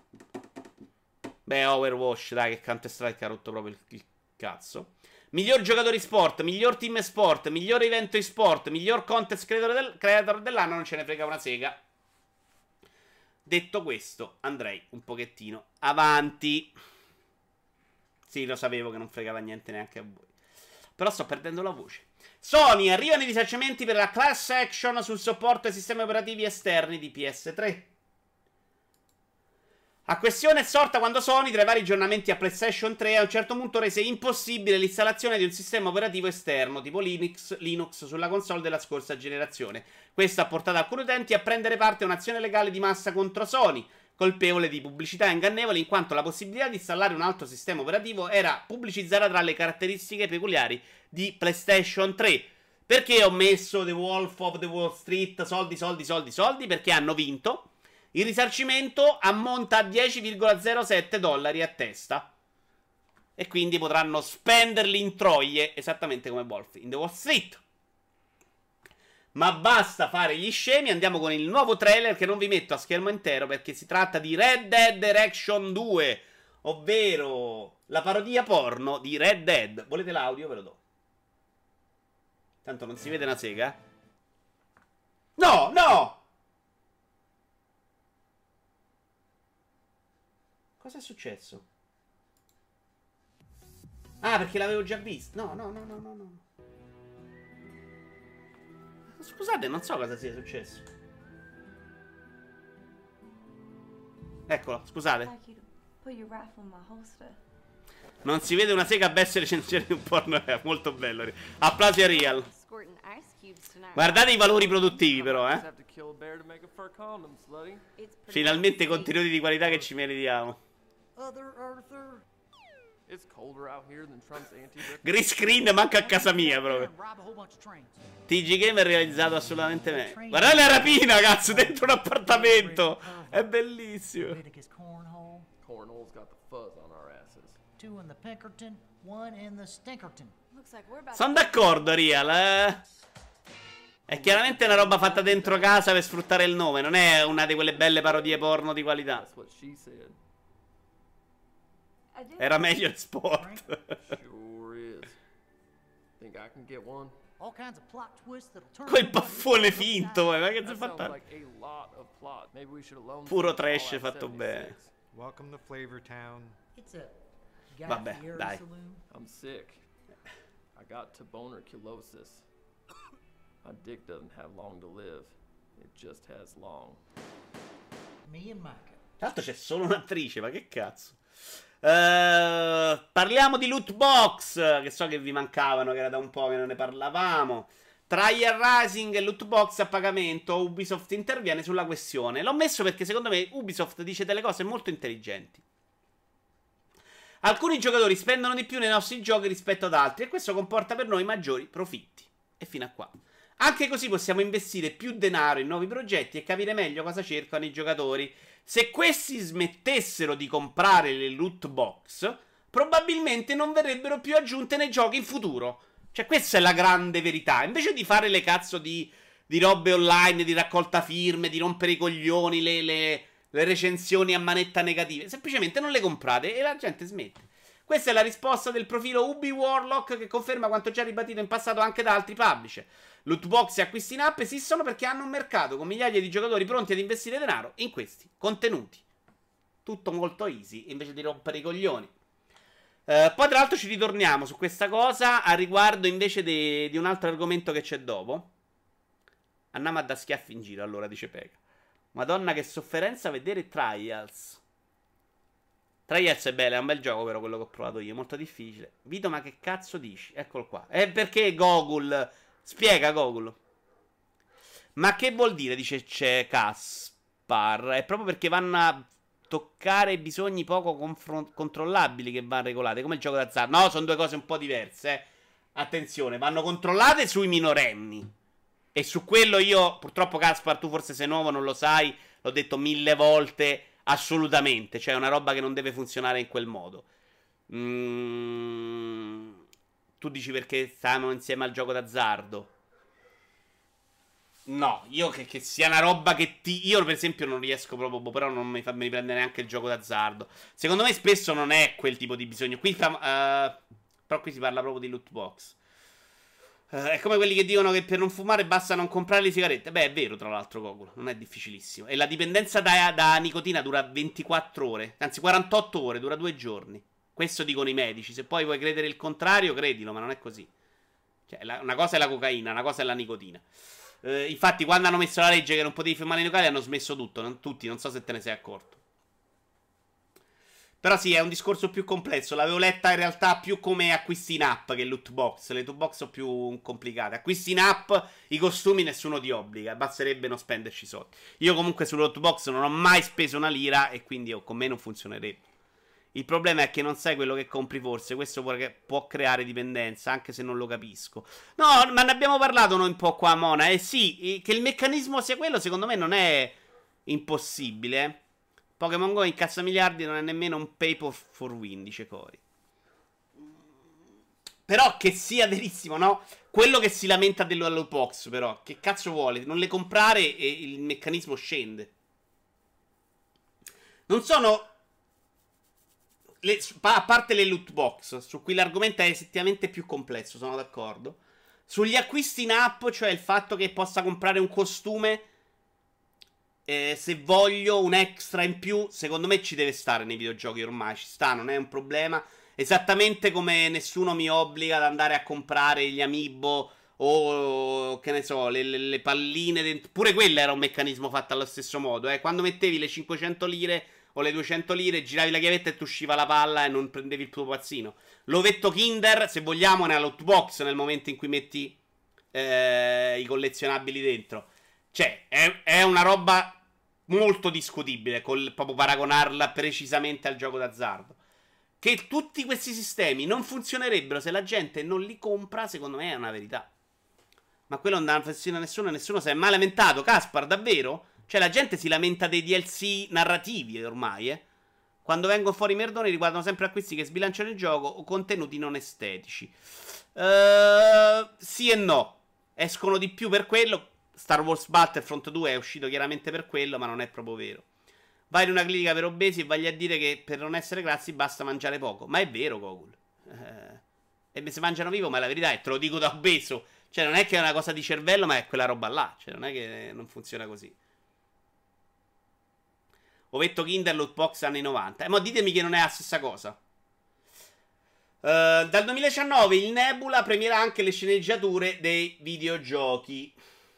Beh, Overwatch, dai, che Counter Strike ha rotto proprio il, il cazzo. Miglior giocatore e-sport, miglior team e-sport, miglior evento e-sport, miglior contest creator, del, creator dell'anno, non ce ne frega una sega. Detto questo, andrei un pochettino avanti. Sì, lo sapevo che non fregava niente neanche a voi. Però sto perdendo la voce. Sony, arrivano i risarcimenti per la class action sul supporto ai sistemi operativi esterni di P S tre. La questione è sorta quando Sony, tra i vari aggiornamenti a PlayStation tre, a un certo punto rese impossibile l'installazione di un sistema operativo esterno, tipo Linux, Linux sulla console della scorsa generazione. Questo ha portato alcuni utenti a prendere parte a un'azione legale di massa contro Sony, colpevole di pubblicità ingannevole, in quanto la possibilità di installare un altro sistema operativo era pubblicizzata tra le caratteristiche peculiari di PlayStation tre. Perché ho messo The Wolf of the Wall Street, soldi, soldi, soldi, soldi? Perché hanno vinto. Il risarcimento ammonta a dieci virgola zero sette dollari a testa. E quindi potranno spenderli in troie, esattamente come Wolf in the Wall Street. Ma basta fare gli scemi, andiamo con il nuovo trailer che non vi metto a schermo intero perché si tratta di Red Dead Redemption due, ovvero la parodia porno di Red Dead. Volete l'audio? Ve lo do. Tanto non si vede una sega. No, no! Cosa è successo? Ah, perché l'avevo già visto. No, no, no, no, no, no. Scusate, non so cosa sia successo. Eccolo, scusate. Non si vede una sega a best recensione di un porno. È molto bello. Applausi a Real. Guardate i valori produttivi, però, eh. Finalmente contenuti di qualità che ci meritiamo. Green screen manca a casa mia proprio. T G Game è realizzato assolutamente meglio. Guardate la rapina, cazzo, dentro un appartamento. È bellissimo. Sono d'accordo, Real, eh. È chiaramente una roba fatta dentro casa per sfruttare il nome. Non è una di quelle belle parodie porno di qualità. Era meglio il sport. Quel baffone finto, ma che si è fatto? Puro trash fatto bene. Vabbè, dai. I'm sick. I got tuberculosis. My dick doesn't have long to live. It just has long. Me and Micah. Tra l'altro c'è solo un'attrice, ma che cazzo. Uh, parliamo di loot box, che so che vi mancavano, che era da un po' che non ne parlavamo. Trial Rising e loot box a pagamento. Ubisoft interviene sulla questione. L'ho messo perché secondo me Ubisoft dice delle cose molto intelligenti. Alcuni giocatori spendono di più nei nostri giochi rispetto ad altri e questo comporta per noi maggiori profitti. E fino a qua. Anche così possiamo investire più denaro in nuovi progetti e capire meglio cosa cercano i giocatori. Se questi smettessero di comprare le loot box, probabilmente non verrebbero più aggiunte nei giochi in futuro. Cioè, questa è la grande verità. Invece di fare le cazzo di, di robe online, di raccolta firme, di rompere i coglioni, le, le, le recensioni a manetta negative, semplicemente non le comprate e la gente smette. Questa è la risposta del profilo Ubi Warlock, che conferma quanto già ribadito in passato anche da altri publisher. Lootbox e acquisti in app esistono perché hanno un mercato con migliaia di giocatori pronti ad investire denaro in questi contenuti. Tutto molto easy, invece di rompere i coglioni. Uh, poi tra l'altro ci ritorniamo su questa cosa a riguardo invece de- di un altro argomento che c'è dopo. Andiamo a da schiaffi in giro, allora, dice Pega. Madonna che sofferenza vedere Trials. Trials è bello, è un bel gioco però quello che ho provato io, molto difficile. Vito, ma che cazzo dici? Eccolo qua. È perché Gogol... Spiega Gogol. Ma che vuol dire, dice c'è Caspar? È proprio perché vanno a toccare bisogni poco confron- controllabili che vanno regolate, come il gioco d'azzardo. No, sono due cose un po' diverse, eh. Attenzione, vanno controllate sui minorenni. E su quello io, purtroppo Caspar, tu forse sei nuovo, non lo sai, l'ho detto mille volte, assolutamente. Cioè è una roba che non deve funzionare in quel modo. Mm... Tu dici perché stanno insieme al gioco d'azzardo? No, io che, che sia una roba che ti... Io per esempio non riesco proprio, boh, però non mi fa riprendere neanche il gioco d'azzardo. Secondo me spesso non è quel tipo di bisogno. Qui fa, uh, però qui si parla proprio di loot box. Uh, è come quelli che dicono che per non fumare basta non comprare le sigarette. Beh, è vero, tra l'altro, Goku, non è difficilissimo. E la dipendenza da, da nicotina dura ventiquattro ore, anzi quarantotto ore, dura due giorni. Questo dicono i medici. Se poi vuoi credere il contrario, credilo, ma non è così. Cioè, la, una cosa è la cocaina, una cosa è la nicotina. Uh, infatti, quando hanno messo la legge che non potevi fumare nei locali, hanno smesso tutto. Non tutti, non so se te ne sei accorto. Però sì, è un discorso più complesso. L'avevo letta in realtà più come acquisti in app che loot box. Le loot box sono più complicate. Acquisti in app, i costumi nessuno ti obbliga. Basterebbe non spenderci soldi. Io comunque su loot box non ho mai speso una lira e quindi oh, con me non funzionerebbe. Il problema è che non sai quello che compri forse. Questo può, può creare dipendenza, anche se non lo capisco. No, ma ne abbiamo parlato noi un po' qua, Mona. Eh sì, che il meccanismo sia quello secondo me non è impossibile, eh. Pokémon Go incassa miliardi, non è nemmeno un pay for win, dice Cori. Però che sia verissimo, no? Quello che si lamenta dello loot box, però, che cazzo vuole? Non le comprare e il meccanismo scende. Non sono... Le, a parte le loot box, su cui l'argomento è effettivamente più complesso, sono d'accordo. Sugli acquisti in app, cioè il fatto che possa comprare un costume... Eh, se voglio un extra in più, secondo me ci deve stare nei videogiochi, ormai ci sta, non è un problema. Esattamente come nessuno mi obbliga ad andare a comprare gli amiibo o che ne so, le, le, le palline dentro. Pure quello era un meccanismo fatto allo stesso modo, eh. Quando mettevi le cinquecento lire o le duecento lire, giravi la chiavetta e ti usciva la palla e non prendevi il tuo pazzino. L'ovetto Kinder, se vogliamo, nella loot box nel momento in cui metti eh, i collezionabili dentro. Cioè, è, è una roba molto discutibile, col, proprio paragonarla precisamente al gioco d'azzardo. Che tutti questi sistemi non funzionerebbero se la gente non li compra, secondo me è una verità. Ma quello non dà fastidio a nessuno, nessuno si è mai lamentato. Caspar, davvero? Cioè la gente si lamenta dei D L C narrativi ormai, eh. Quando vengono fuori i merdoni riguardano sempre acquisti che sbilanciano il gioco o contenuti non estetici. Uh, sì e no. Escono di più per quello. Star Wars Battlefront due è uscito chiaramente per quello, ma non è proprio vero. Vai in una clinica per obesi e vai a dire che per non essere grassi basta mangiare poco. Ma è vero, Gogol. Eh, e se mangiano vivo, ma la verità è, te lo dico da obeso. Cioè, non è che è una cosa di cervello, ma è quella roba là. Cioè, non è che non funziona così. Ovetto Kinder, loot box anni novanta. E eh, ma ditemi che non è la stessa cosa. Uh, dal duemiladiciannove il Nebula premierà anche le sceneggiature dei videogiochi.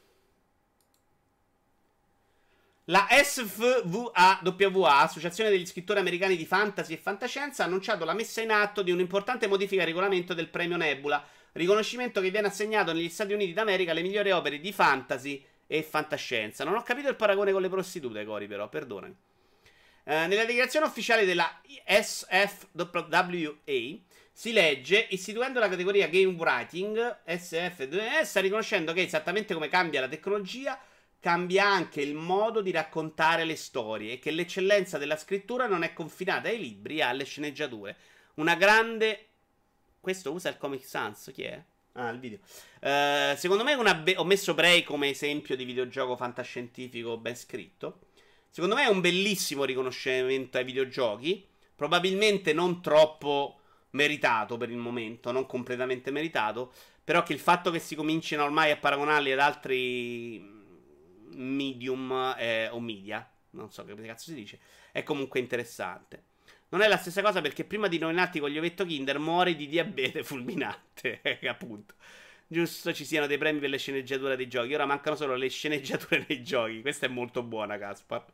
La S F W A W A, Associazione degli scrittori americani di fantasy e fantascienza, ha annunciato la messa in atto di un'importante modifica al regolamento del premio Nebula, riconoscimento che viene assegnato negli Stati Uniti d'America alle migliori opere di fantasy e fantascienza. Non ho capito il paragone con le prostitute, Cori, però, perdonami. Eh, nella dichiarazione ufficiale della S F W A Si legge, istituendo la categoria Game Writing, S F due E, sta riconoscendo che esattamente come cambia la tecnologia, cambia anche il modo di raccontare le storie e che l'eccellenza della scrittura non è confinata ai libri e alle sceneggiature. Una grande... Questo usa il Comic Sans, chi è? Ah, il video. Uh, secondo me una be- ho messo Prey come esempio di videogioco fantascientifico ben scritto. Secondo me è un bellissimo riconoscimento ai videogiochi, probabilmente non troppo meritato per il momento, non completamente meritato, però che il fatto che si comincino ormai a paragonarli ad altri medium eh, o media, non so che cazzo si dice, è comunque interessante. Non è la stessa cosa perché prima di nominarti con gli ovetto Kinder muori di diabete fulminante, appunto. Giusto ci siano dei premi per le sceneggiature dei giochi, ora mancano solo le sceneggiature dei giochi, questa è molto buona, Caspar.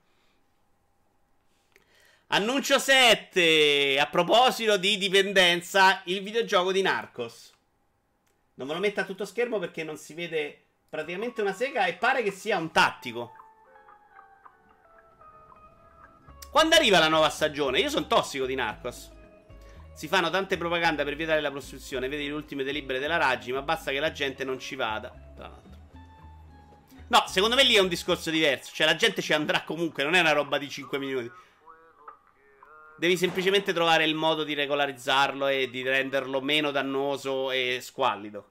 Annuncio sette. A proposito di dipendenza, il videogioco di Narcos. Non me lo metto a tutto schermo perché non si vede praticamente una sega e pare che sia un tattico. Quando arriva la nuova stagione? Io sono tossico di Narcos. Si fanno tante propaganda per vietare la prostituzione. Vedi le ultime delibere della Raggi, ma basta che la gente non ci vada. Tra l'altro. No, secondo me lì è un discorso diverso. Cioè la gente ci andrà comunque, non è una roba di cinque minuti. Devi semplicemente trovare il modo di regolarizzarlo e di renderlo meno dannoso e squallido.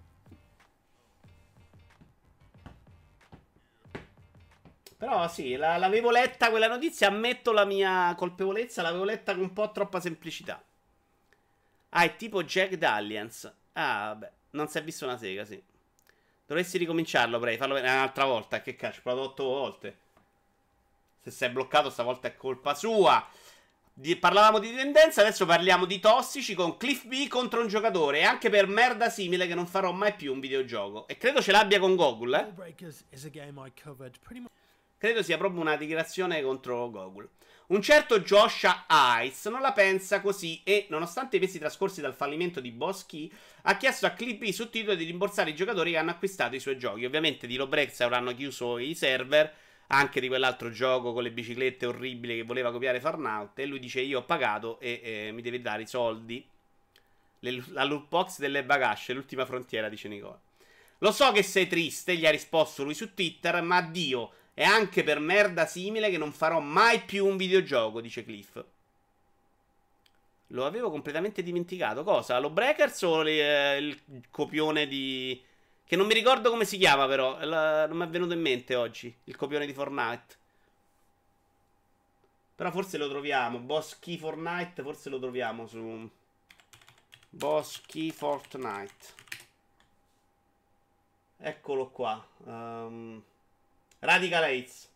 Però sì, la, l'avevo letta quella notizia, ammetto la mia colpevolezza, l'avevo letta con un po' troppa semplicità. Ah, è tipo Jack Dalliance. Ah, vabbè, non si è visto una sega, sì. Dovresti ricominciarlo, Prey, farlo un'altra volta, che cazzo, ho provato otto volte. Se sei bloccato stavolta è colpa sua. Di, parlavamo di dipendenza, adesso parliamo di tossici con Cliff B contro un giocatore. E anche per merda simile che non farò mai più un videogioco. E credo ce l'abbia con Google, eh. Credo sia proprio una dichiarazione contro Google. Un certo Joshua Ice non la pensa così e, nonostante i mesi trascorsi dal fallimento di Boss Key, ha chiesto a Cliff B su Twitter di rimborsare i giocatori che hanno acquistato i suoi giochi. Ovviamente di Lobrex avranno chiuso i server, anche di quell'altro gioco con le biciclette orribili che voleva copiare Farnout, e lui dice io ho pagato e eh, mi devi dare i soldi. Le, la loot box delle bagasce, l'ultima frontiera, dice Nicola. Lo so che sei triste, gli ha risposto lui su Twitter, ma addio, è anche per merda simile che non farò mai più un videogioco, dice Cliff. Lo avevo completamente dimenticato. Cosa? Lo Breakers o le, eh, il copione di... che non mi ricordo come si chiama però, la, non mi è venuto in mente oggi, il copione di Fortnite. Però forse lo troviamo, Boss Key Fortnite, forse lo troviamo su... Boss Key Fortnite. Eccolo qua. Um, Radical Heights.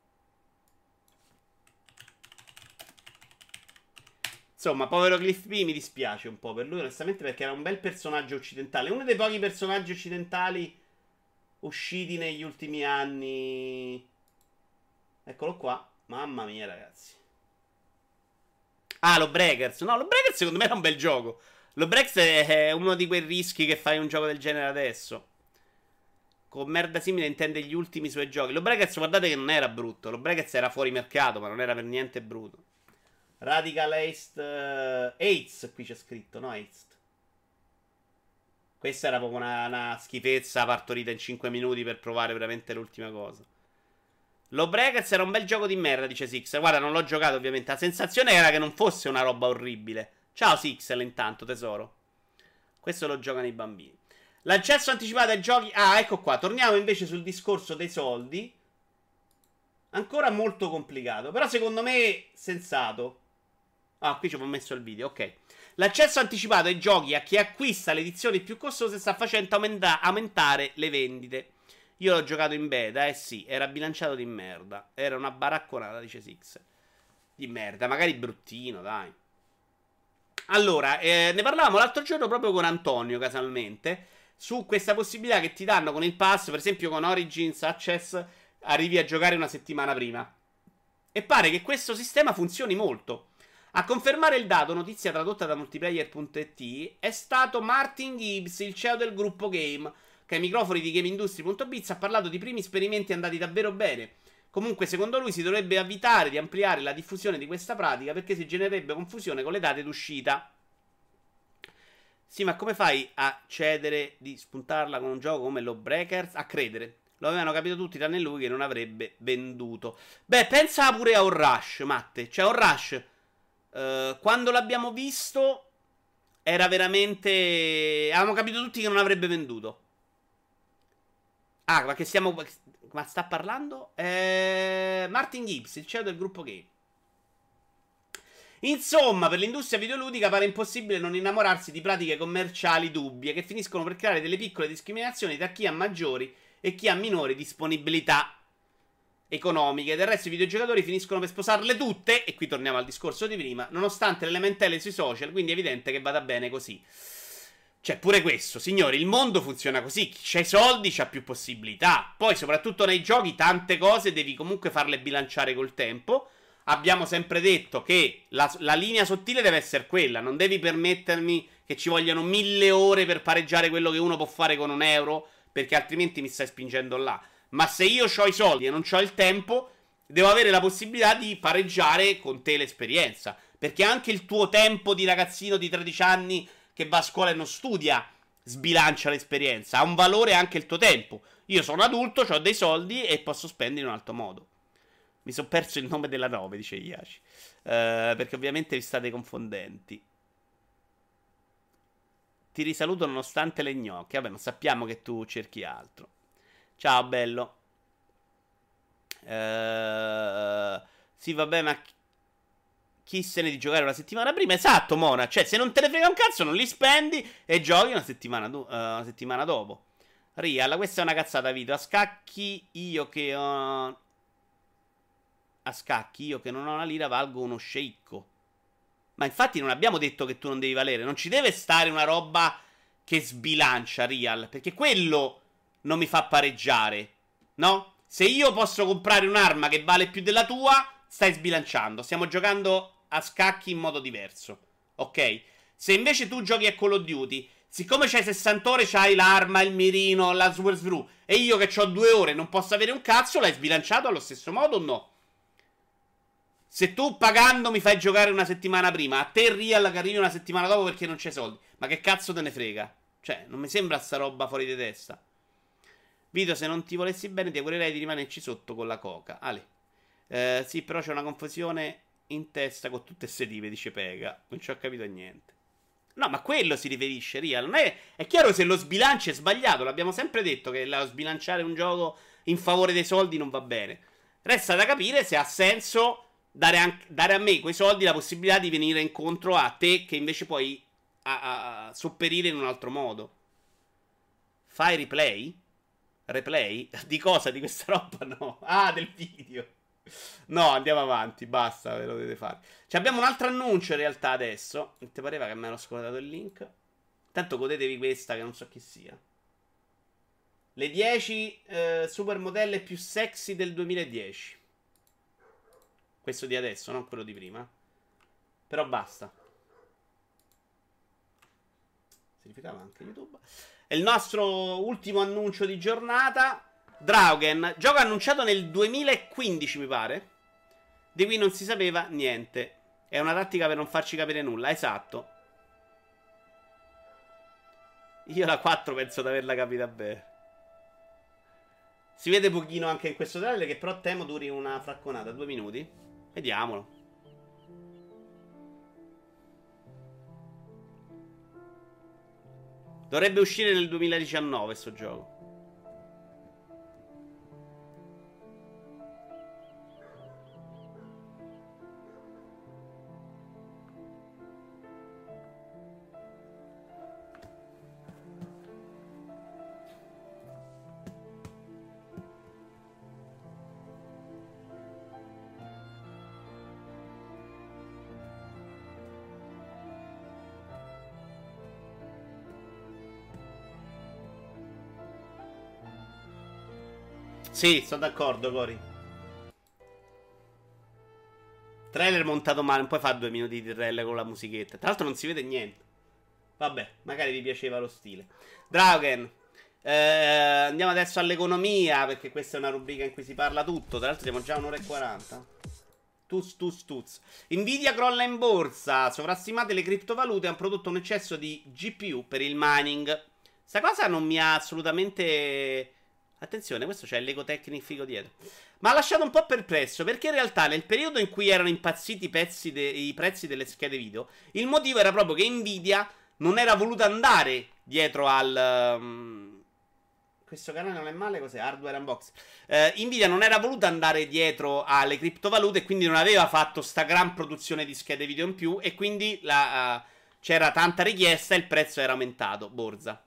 Insomma, povero Cliff B, mi dispiace un po' per lui, onestamente, perché era un bel personaggio occidentale. Uno dei pochi personaggi occidentali usciti negli ultimi anni. Eccolo qua. Mamma mia, ragazzi. Ah, lo Breakers. No, lo Breakers secondo me era un bel gioco. Lo Breakers è uno di quei rischi che fai un gioco del genere adesso. Con merda simile intende gli ultimi suoi giochi. Lo Breakers, guardate che non era brutto. Lo Breakers era fuori mercato, ma non era per niente brutto. Radical Heist uh, AIDS, qui c'è scritto, no AIDS. Questa era proprio una, una schifezza partorita in cinque minuti per provare veramente l'ultima cosa. Lo Breakers era un bel gioco di merda, dice Six. Guarda, non l'ho giocato ovviamente. La sensazione era che non fosse una roba orribile. Ciao Sixel, intanto, tesoro. Questo lo giocano i bambini. L'accesso anticipato ai giochi... Ah, ecco qua. Torniamo invece sul discorso dei soldi. Ancora molto complicato, però secondo me sensato. Ah, qui ci ho messo il video, ok. L'accesso anticipato ai giochi a chi acquista le edizioni più costose sta facendo aumenta- aumentare le vendite. Io l'ho giocato in beta, eh sì, era bilanciato di merda. Era una baracconata, dice Six. Di merda, magari bruttino, dai. Allora, eh, ne parlavamo l'altro giorno proprio con Antonio, casualmente, su questa possibilità che ti danno con il pass, per esempio con Origins Access, arrivi a giocare una settimana prima. E pare che questo sistema funzioni molto. A confermare il dato, notizia tradotta da multiplayer punto it, è stato Martin Gibbs, il C E O del gruppo Game, che ai microfoni di GameIndustry punto biz ha parlato di primi esperimenti andati davvero bene. Comunque, secondo lui, si dovrebbe evitare di ampliare la diffusione di questa pratica perché si genererebbe confusione con le date d'uscita. Sì, ma come fai a cedere di spuntarla con un gioco come Lawbreakers? A credere. Lo avevano capito tutti tranne lui che non avrebbe venduto. Beh, pensa pure a Rush, Matte. Cioè, Rush, eh, quando l'abbiamo visto, era veramente... Avevamo capito tutti che non avrebbe venduto. Ah, ma che stiamo... Ma sta parlando? Eh, Martin Gibbs, il C E O del gruppo Game. Insomma, per l'industria videoludica pare impossibile non innamorarsi di pratiche commerciali dubbie che finiscono per creare delle piccole discriminazioni tra chi ha maggiori e chi ha minori disponibilità economiche. Del resto i videogiocatori finiscono per sposarle tutte, e qui torniamo al discorso di prima, nonostante le lamentele sui social, quindi è evidente che vada bene così. Cioè, pure questo, signori, il mondo funziona così, chi c'ha i soldi c'ha più possibilità. Poi, soprattutto nei giochi, tante cose devi comunque farle bilanciare col tempo. Abbiamo sempre detto che la, la linea sottile deve essere quella. Non devi permettermi che ci vogliano mille ore per pareggiare quello che uno può fare con un euro, perché altrimenti mi stai spingendo là. Ma se io ho i soldi e non ho il tempo, devo avere la possibilità di pareggiare con te l'esperienza. Perché anche il tuo tempo di ragazzino di tredici anni che va a scuola e non studia sbilancia l'esperienza. Ha un valore anche il tuo tempo. Io sono adulto, ho dei soldi e posso spendere in un altro modo. Mi sono perso il nome della nove, dice Iaci. Uh, perché ovviamente vi state confondenti. Ti risaluto nonostante le gnocche. Vabbè, ma sappiamo che tu cerchi altro. Ciao, bello. Uh, sì, vabbè, ma chi se ne di giocare una settimana prima? Esatto, Mona. Cioè, se non te ne frega un cazzo, non li spendi e giochi una settimana, do- uh, una settimana dopo. Real, questa è una cazzata, Vito. A scacchi io che ho... A scacchi io che non ho una lira valgo uno sceicco. Ma infatti non abbiamo detto che tu non devi valere. Non ci deve stare una roba che sbilancia, Real, perché quello non mi fa pareggiare, no? Se io posso comprare un'arma che vale più della tua, stai sbilanciando. Stiamo giocando a scacchi in modo diverso, ok? Se invece tu giochi a Call of Duty, siccome c'hai sessanta ore, c'hai l'arma, il mirino, la super svru, e io che ho due ore non posso avere un cazzo, l'hai sbilanciato allo stesso modo o no? Se tu pagando mi fai giocare una settimana prima, a te Real che arrivi una settimana dopo perché non c'hai soldi, ma che cazzo te ne frega? Cioè, non mi sembra sta roba fuori di testa. Vito, se non ti volessi bene ti augurerei di rimanerci sotto con la coca. Ale. Eh, sì, però c'è una confusione in testa con tutte queste dive, dice Pega. Non ci ho capito niente. No, ma quello si riferisce, Real. Non è... è chiaro se lo sbilancio è sbagliato. L'abbiamo sempre detto che lo sbilanciare un gioco in favore dei soldi non va bene. Resta da capire se ha senso... Dare, anche, dare a me quei soldi la possibilità di venire incontro a te che invece puoi a, a, a sopperire in un altro modo. Fai replay? Replay? Di cosa? Di questa roba? No. Ah, del video. No, andiamo avanti, basta, ve lo dovete fare. Ci abbiamo un altro annuncio in realtà adesso. Ti pareva che mi ero scordato il link? Tanto godetevi questa che non so chi sia. Le dieci eh, supermodelle più sexy del duemiladieci. Questo di adesso, non quello di prima. Però basta. Si rifiutava anche YouTube. È il nostro ultimo annuncio di giornata. Draugen, gioco annunciato nel duemilaquindici mi pare, di cui non si sapeva niente. È una tattica per non farci capire nulla. Esatto. Io la quattro penso di averla capita bene. Si vede pochino anche in questo trailer, che però temo duri una fracconata. Due minuti. Vediamolo. Dovrebbe uscire nel duemiladiciannove sto gioco. Sì, sono d'accordo, Cori. Trailer montato male, non puoi fare due minuti di trailer con la musichetta. Tra l'altro non si vede niente. Vabbè, magari vi piaceva lo stile. Draugen, eh, andiamo adesso all'economia, perché questa è una rubrica in cui si parla tutto. Tra l'altro siamo già a un'ora e quaranta. Tuz tuz tuz. Nvidia crolla in borsa, sovrastimate le criptovalute, hanno prodotto un eccesso di G P U per il mining. Sta cosa non mi ha assolutamente... Attenzione, questo c'è l'Ego Technic figo dietro. Ma ha lasciato un po' perplesso, perché in realtà nel periodo in cui erano impazziti i, pezzi de- i prezzi delle schede video, il motivo era proprio che Nvidia non era voluta andare dietro al... Um... Questo canale non è male, cos'è? Hardware Unbox. Eh, Nvidia non era voluta andare dietro alle criptovalute e quindi non aveva fatto sta gran produzione di schede video in più e quindi la, uh, c'era tanta richiesta e il prezzo era aumentato, borsa.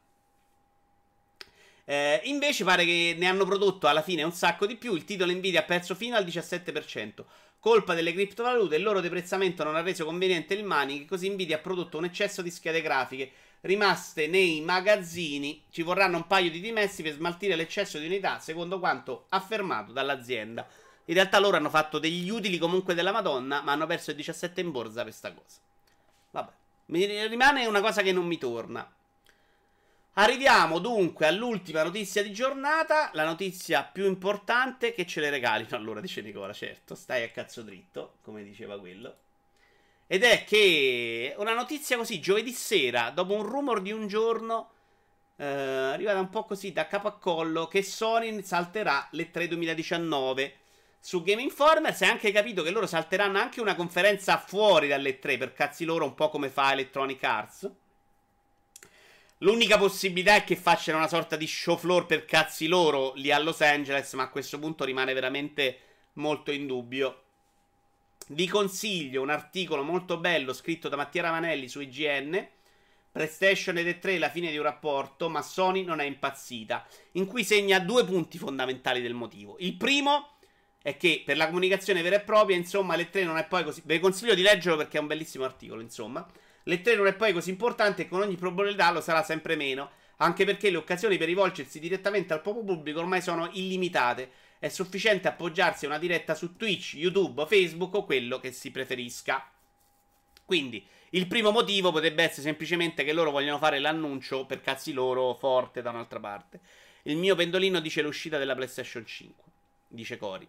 Eh, invece pare che ne hanno prodotto alla fine un sacco di più. Il titolo Nvidia ha perso fino al diciassette per cento. Colpa delle criptovalute, il loro deprezzamento non ha reso conveniente il mining, così Nvidia ha prodotto un eccesso di schede grafiche rimaste nei magazzini. Ci vorranno un paio di trimestri per smaltire l'eccesso di unità, secondo quanto affermato dall'azienda. In realtà loro hanno fatto degli utili comunque della Madonna, ma hanno perso il diciassette in borsa per sta cosa. Vabbè, mi rimane una cosa che non mi torna. Arriviamo dunque all'ultima notizia di giornata, la notizia più importante, che ce le regalino. Allora, dice Nicola, certo, stai a cazzo dritto, come diceva quello. Ed è che una notizia così, giovedì sera, dopo un rumor di un giorno, eh, arrivata un po' così da capo a collo, che Sony salterà l'E tre duemiladiciannove. Su Game Informer si è anche capito che loro salteranno anche una conferenza fuori dall'E tre, per cazzi loro, un po' come fa Electronic Arts. L'unica possibilità è che facciano una sorta di show floor per cazzi loro lì a Los Angeles, ma a questo punto rimane veramente molto in dubbio. Vi consiglio un articolo molto bello scritto da Mattia Ravanelli su I G N, PlayStation ed E tre, la fine di un rapporto, ma Sony non è impazzita, in cui segna due punti fondamentali del motivo. Il primo è che per la comunicazione vera e propria, insomma, l'E tre non è poi così... Vi consiglio di leggerlo perché è un bellissimo articolo, insomma. L'E tre non è poi così importante e con ogni probabilità lo sarà sempre meno, anche perché le occasioni per rivolgersi direttamente al proprio pubblico ormai sono illimitate. È sufficiente appoggiarsi a una diretta su Twitch, YouTube, Facebook o quello che si preferisca. Quindi il primo motivo potrebbe essere semplicemente che loro vogliono fare l'annuncio per cazzi loro forte da un'altra parte. Il mio pendolino dice l'uscita della PlayStation cinque, dice Cori.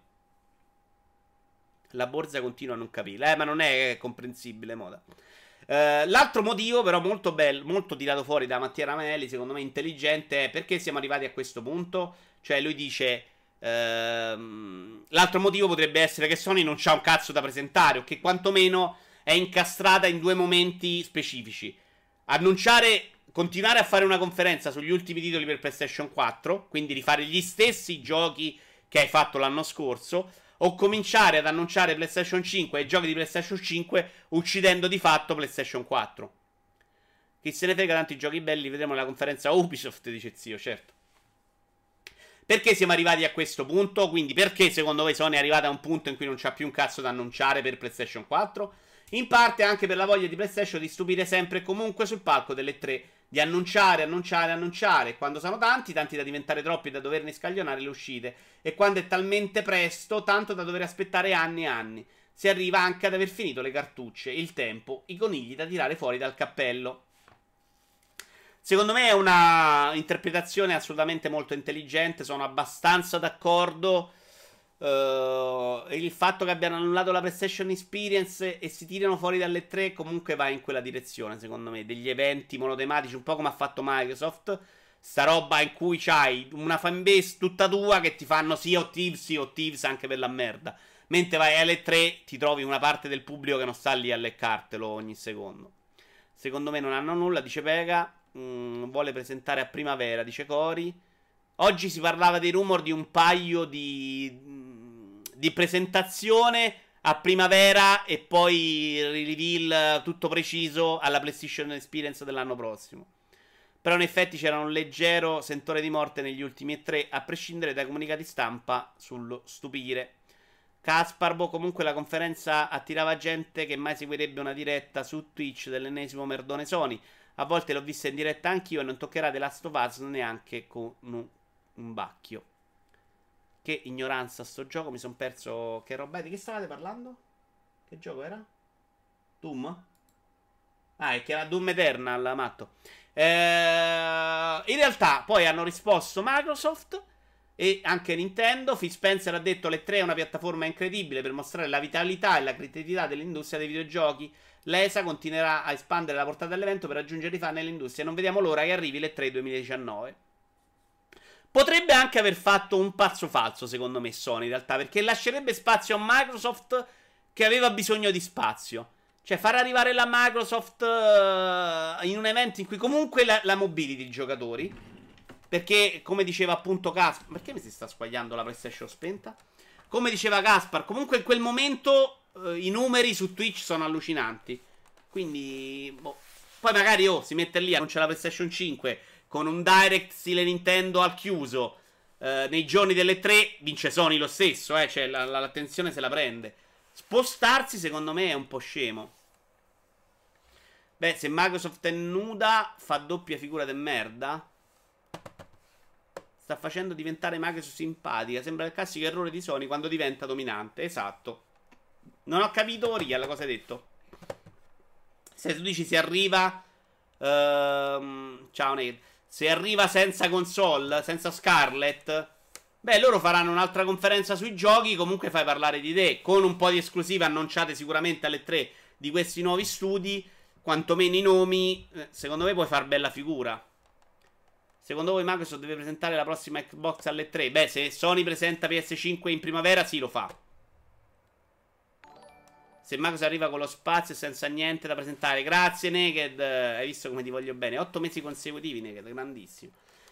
La borsa continua a non capire, eh, ma non è comprensibile, moda. Uh, l'altro motivo però molto bello, molto tirato fuori da Mattia Ramelli, secondo me intelligente, è perché siamo arrivati a questo punto. Cioè lui dice uh, l'altro motivo potrebbe essere che Sony non c'ha un cazzo da presentare, o che quantomeno è incastrata in due momenti specifici. Annunciare, continuare a fare una conferenza sugli ultimi titoli per PlayStation quattro, quindi rifare gli stessi giochi che hai fatto l'anno scorso, o cominciare ad annunciare PlayStation cinque e i giochi di PlayStation cinque uccidendo di fatto PlayStation quattro. Chi se ne frega, tanti giochi belli, vedremo nella conferenza Ubisoft, dice zio, certo. Perché siamo arrivati a questo punto? Quindi perché secondo voi Sony è arrivata a un punto in cui non c'ha più un cazzo da annunciare per PlayStation quattro? In parte anche per la voglia di PlayStation di stupire sempre e comunque sul palco delle tre, di annunciare, annunciare, annunciare. Quando sono tanti, tanti da diventare troppi da doverne scaglionare le uscite. E quando è talmente presto, tanto da dover aspettare anni e anni. Si arriva anche ad aver finito le cartucce, il tempo, i conigli da tirare fuori dal cappello. Secondo me è una interpretazione assolutamente molto intelligente, sono abbastanza d'accordo. Uh, il fatto che abbiano annullato la PlayStation Experience e si tirano fuori dalle tre comunque va in quella direzione, secondo me, degli eventi monotematici, un po' come ha fatto Microsoft, sta roba in cui c'hai una fanbase tutta tua che ti fanno sì o Thieves, sì o Thieves anche per la merda, mentre vai alle tre ti trovi una parte del pubblico che non sta lì a leccartelo ogni secondo. Secondo me non hanno nulla, dice Pega. mm, vuole presentare a primavera, dice Cori. Oggi si parlava dei rumor di un paio di di presentazione a primavera e poi reveal tutto preciso alla PlayStation Experience dell'anno prossimo. Però in effetti c'era un leggero sentore di morte negli ultimi E tre, a prescindere dai comunicati stampa sullo stupire. Kasparbo, comunque la conferenza attirava gente che mai seguirebbe una diretta su Twitch dell'ennesimo merdone Sony. A volte l'ho vista in diretta anch'io e non toccherà The Last of Us neanche con un, un bacchio. Che ignoranza sto gioco, mi sono perso. Che roba è? Di che stavate parlando? Che gioco era? Doom? Ah, è che era Doom Eternal, matto. Eh, in realtà poi hanno risposto Microsoft e anche Nintendo. Phil Spencer ha detto l'E tre è una piattaforma incredibile per mostrare la vitalità e la creatività dell'industria dei videogiochi. L'E S A continuerà a espandere la portata dell'evento per raggiungere i fan nell'industria. Non vediamo l'ora che arrivi l'E tre duemiladiciannove. Potrebbe anche aver fatto un passo falso, secondo me, Sony, in realtà, perché lascerebbe spazio a Microsoft che aveva bisogno di spazio. Cioè, far arrivare la Microsoft uh, in un evento in cui comunque la, la mobility i giocatori. Perché, come diceva appunto Caspar... Perché mi si sta squagliando la PlayStation spenta? Come diceva Caspar, comunque in quel momento uh, i numeri su Twitch sono allucinanti. Quindi, boh. Poi magari, oh, si mette lì, non c'è la PlayStation cinque... con un direct stile Nintendo al chiuso eh, nei giorni delle tre, vince Sony lo stesso, eh, cioè la, la, l'attenzione se la prende. Spostarsi secondo me è un po' scemo. Beh, se Microsoft è nuda fa doppia figura de merda. Sta facendo diventare Microsoft simpatica. Sembra il classico errore di Sony quando diventa dominante. Esatto. Non ho capito Oriel cosa hai detto. Se tu dici si arriva uh, ciao Nate, se arriva senza console, senza Scarlett, beh, loro faranno un'altra conferenza sui giochi. Comunque fai parlare di te, con un po' di esclusive annunciate sicuramente alle tre di questi nuovi studi, quantomeno i nomi. Secondo me puoi far bella figura. Secondo voi Microsoft deve presentare la prossima Xbox alle tre? Beh, se Sony presenta P S cinque in primavera, sì, lo fa. Se Microsoft arriva con lo spazio e senza niente da presentare. Grazie Naked, hai visto come ti voglio bene. Otto mesi consecutivi Naked, grandissimo.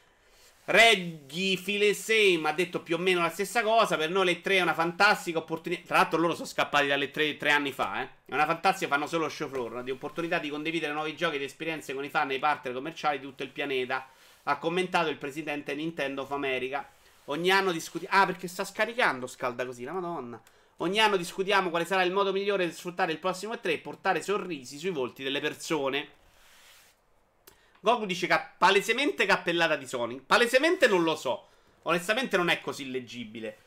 Reggie Filesame ha detto più o meno la stessa cosa. Per noi l'E tre è una fantastica opportunità. Tra l'altro loro sono scappati dalle tre tre anni fa, eh. È una fantastica, fanno solo show floor, di opportunità di condividere nuovi giochi ed esperienze con i fan e i partner commerciali di tutto il pianeta. Ha commentato il presidente Nintendo of America. Ogni anno discutiamo... Ah, perché sta scaricando, scalda così, la madonna. Ogni anno discutiamo quale sarà il modo migliore per sfruttare il prossimo E tre e portare sorrisi sui volti delle persone. Goku dice che palesemente cappellata di Sony. Palesemente non lo so. Onestamente non è così leggibile.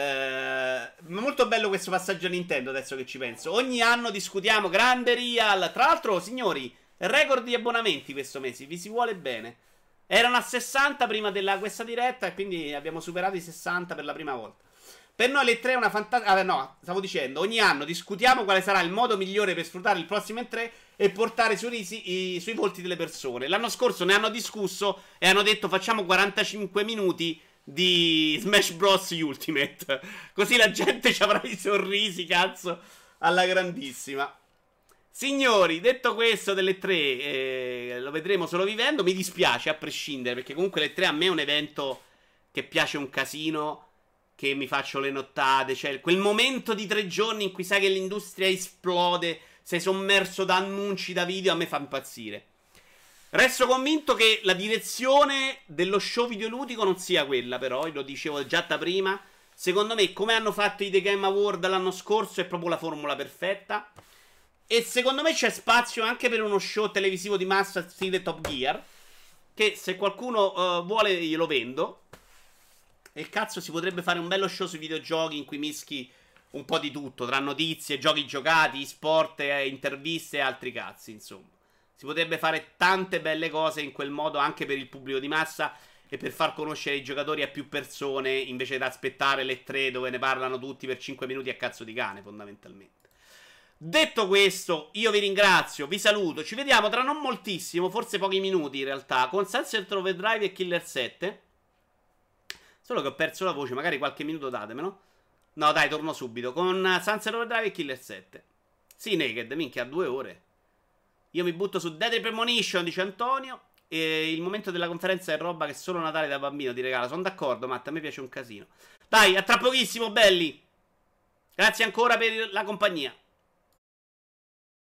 Ma eh, molto bello questo passaggio a Nintendo, adesso che ci penso. Ogni anno discutiamo, grande Real. Tra l'altro, signori, record di abbonamenti questo mese, vi si vuole bene. Erano a sessanta prima della questa diretta e quindi abbiamo superato i sessanta per la prima volta. Per noi l'E tre è una fantastica... Ah, no, stavo dicendo, ogni anno discutiamo quale sarà il modo migliore per sfruttare il prossimo E tre e portare sorrisi i, sui volti delle persone. L'anno scorso ne hanno discusso e hanno detto facciamo quarantacinque minuti di Smash Bros. Ultimate. Così la gente ci avrà i sorrisi, cazzo, alla grandissima. Signori, detto questo dell'E tre, eh, lo vedremo solo vivendo. Mi dispiace a prescindere, perché comunque l'E tre a me è un evento che piace un casino, che mi faccio le nottate, cioè quel momento di tre giorni in cui sai che l'industria esplode, sei sommerso da annunci, da video, a me fa impazzire. Resto convinto che la direzione dello show videoludico non sia quella, però, lo dicevo già da prima. Secondo me, come hanno fatto i The Game Award l'anno scorso, è proprio la formula perfetta. E secondo me c'è spazio anche per uno show televisivo di massa stile Top Gear, che se qualcuno uh, vuole glielo vendo. E cazzo, si potrebbe fare un bello show sui videogiochi in cui mischi un po' di tutto, tra notizie, giochi giocati, sport, eh, interviste e altri cazzi, insomma. Si potrebbe fare tante belle cose in quel modo anche per il pubblico di massa e per far conoscere i giocatori a più persone, invece di aspettare le tre dove ne parlano tutti per cinque minuti a cazzo di cane, fondamentalmente. Detto questo, io vi ringrazio, vi saluto, ci vediamo tra non moltissimo, forse pochi minuti in realtà, con Sunset Overdrive e Killer sette. Solo che ho perso la voce, magari qualche minuto datemelo. No dai, torno subito, con Sunset Overdrive e Killer sette. Sì, Naked, minchia, a due ore. Io mi butto su Deadly Premonition, dice Antonio. E il momento della conferenza è roba che solo Natale da bambino ti regala. Sono d'accordo, Matt, a me piace un casino. Dai, a tra pochissimo, belli. Grazie ancora per la compagnia.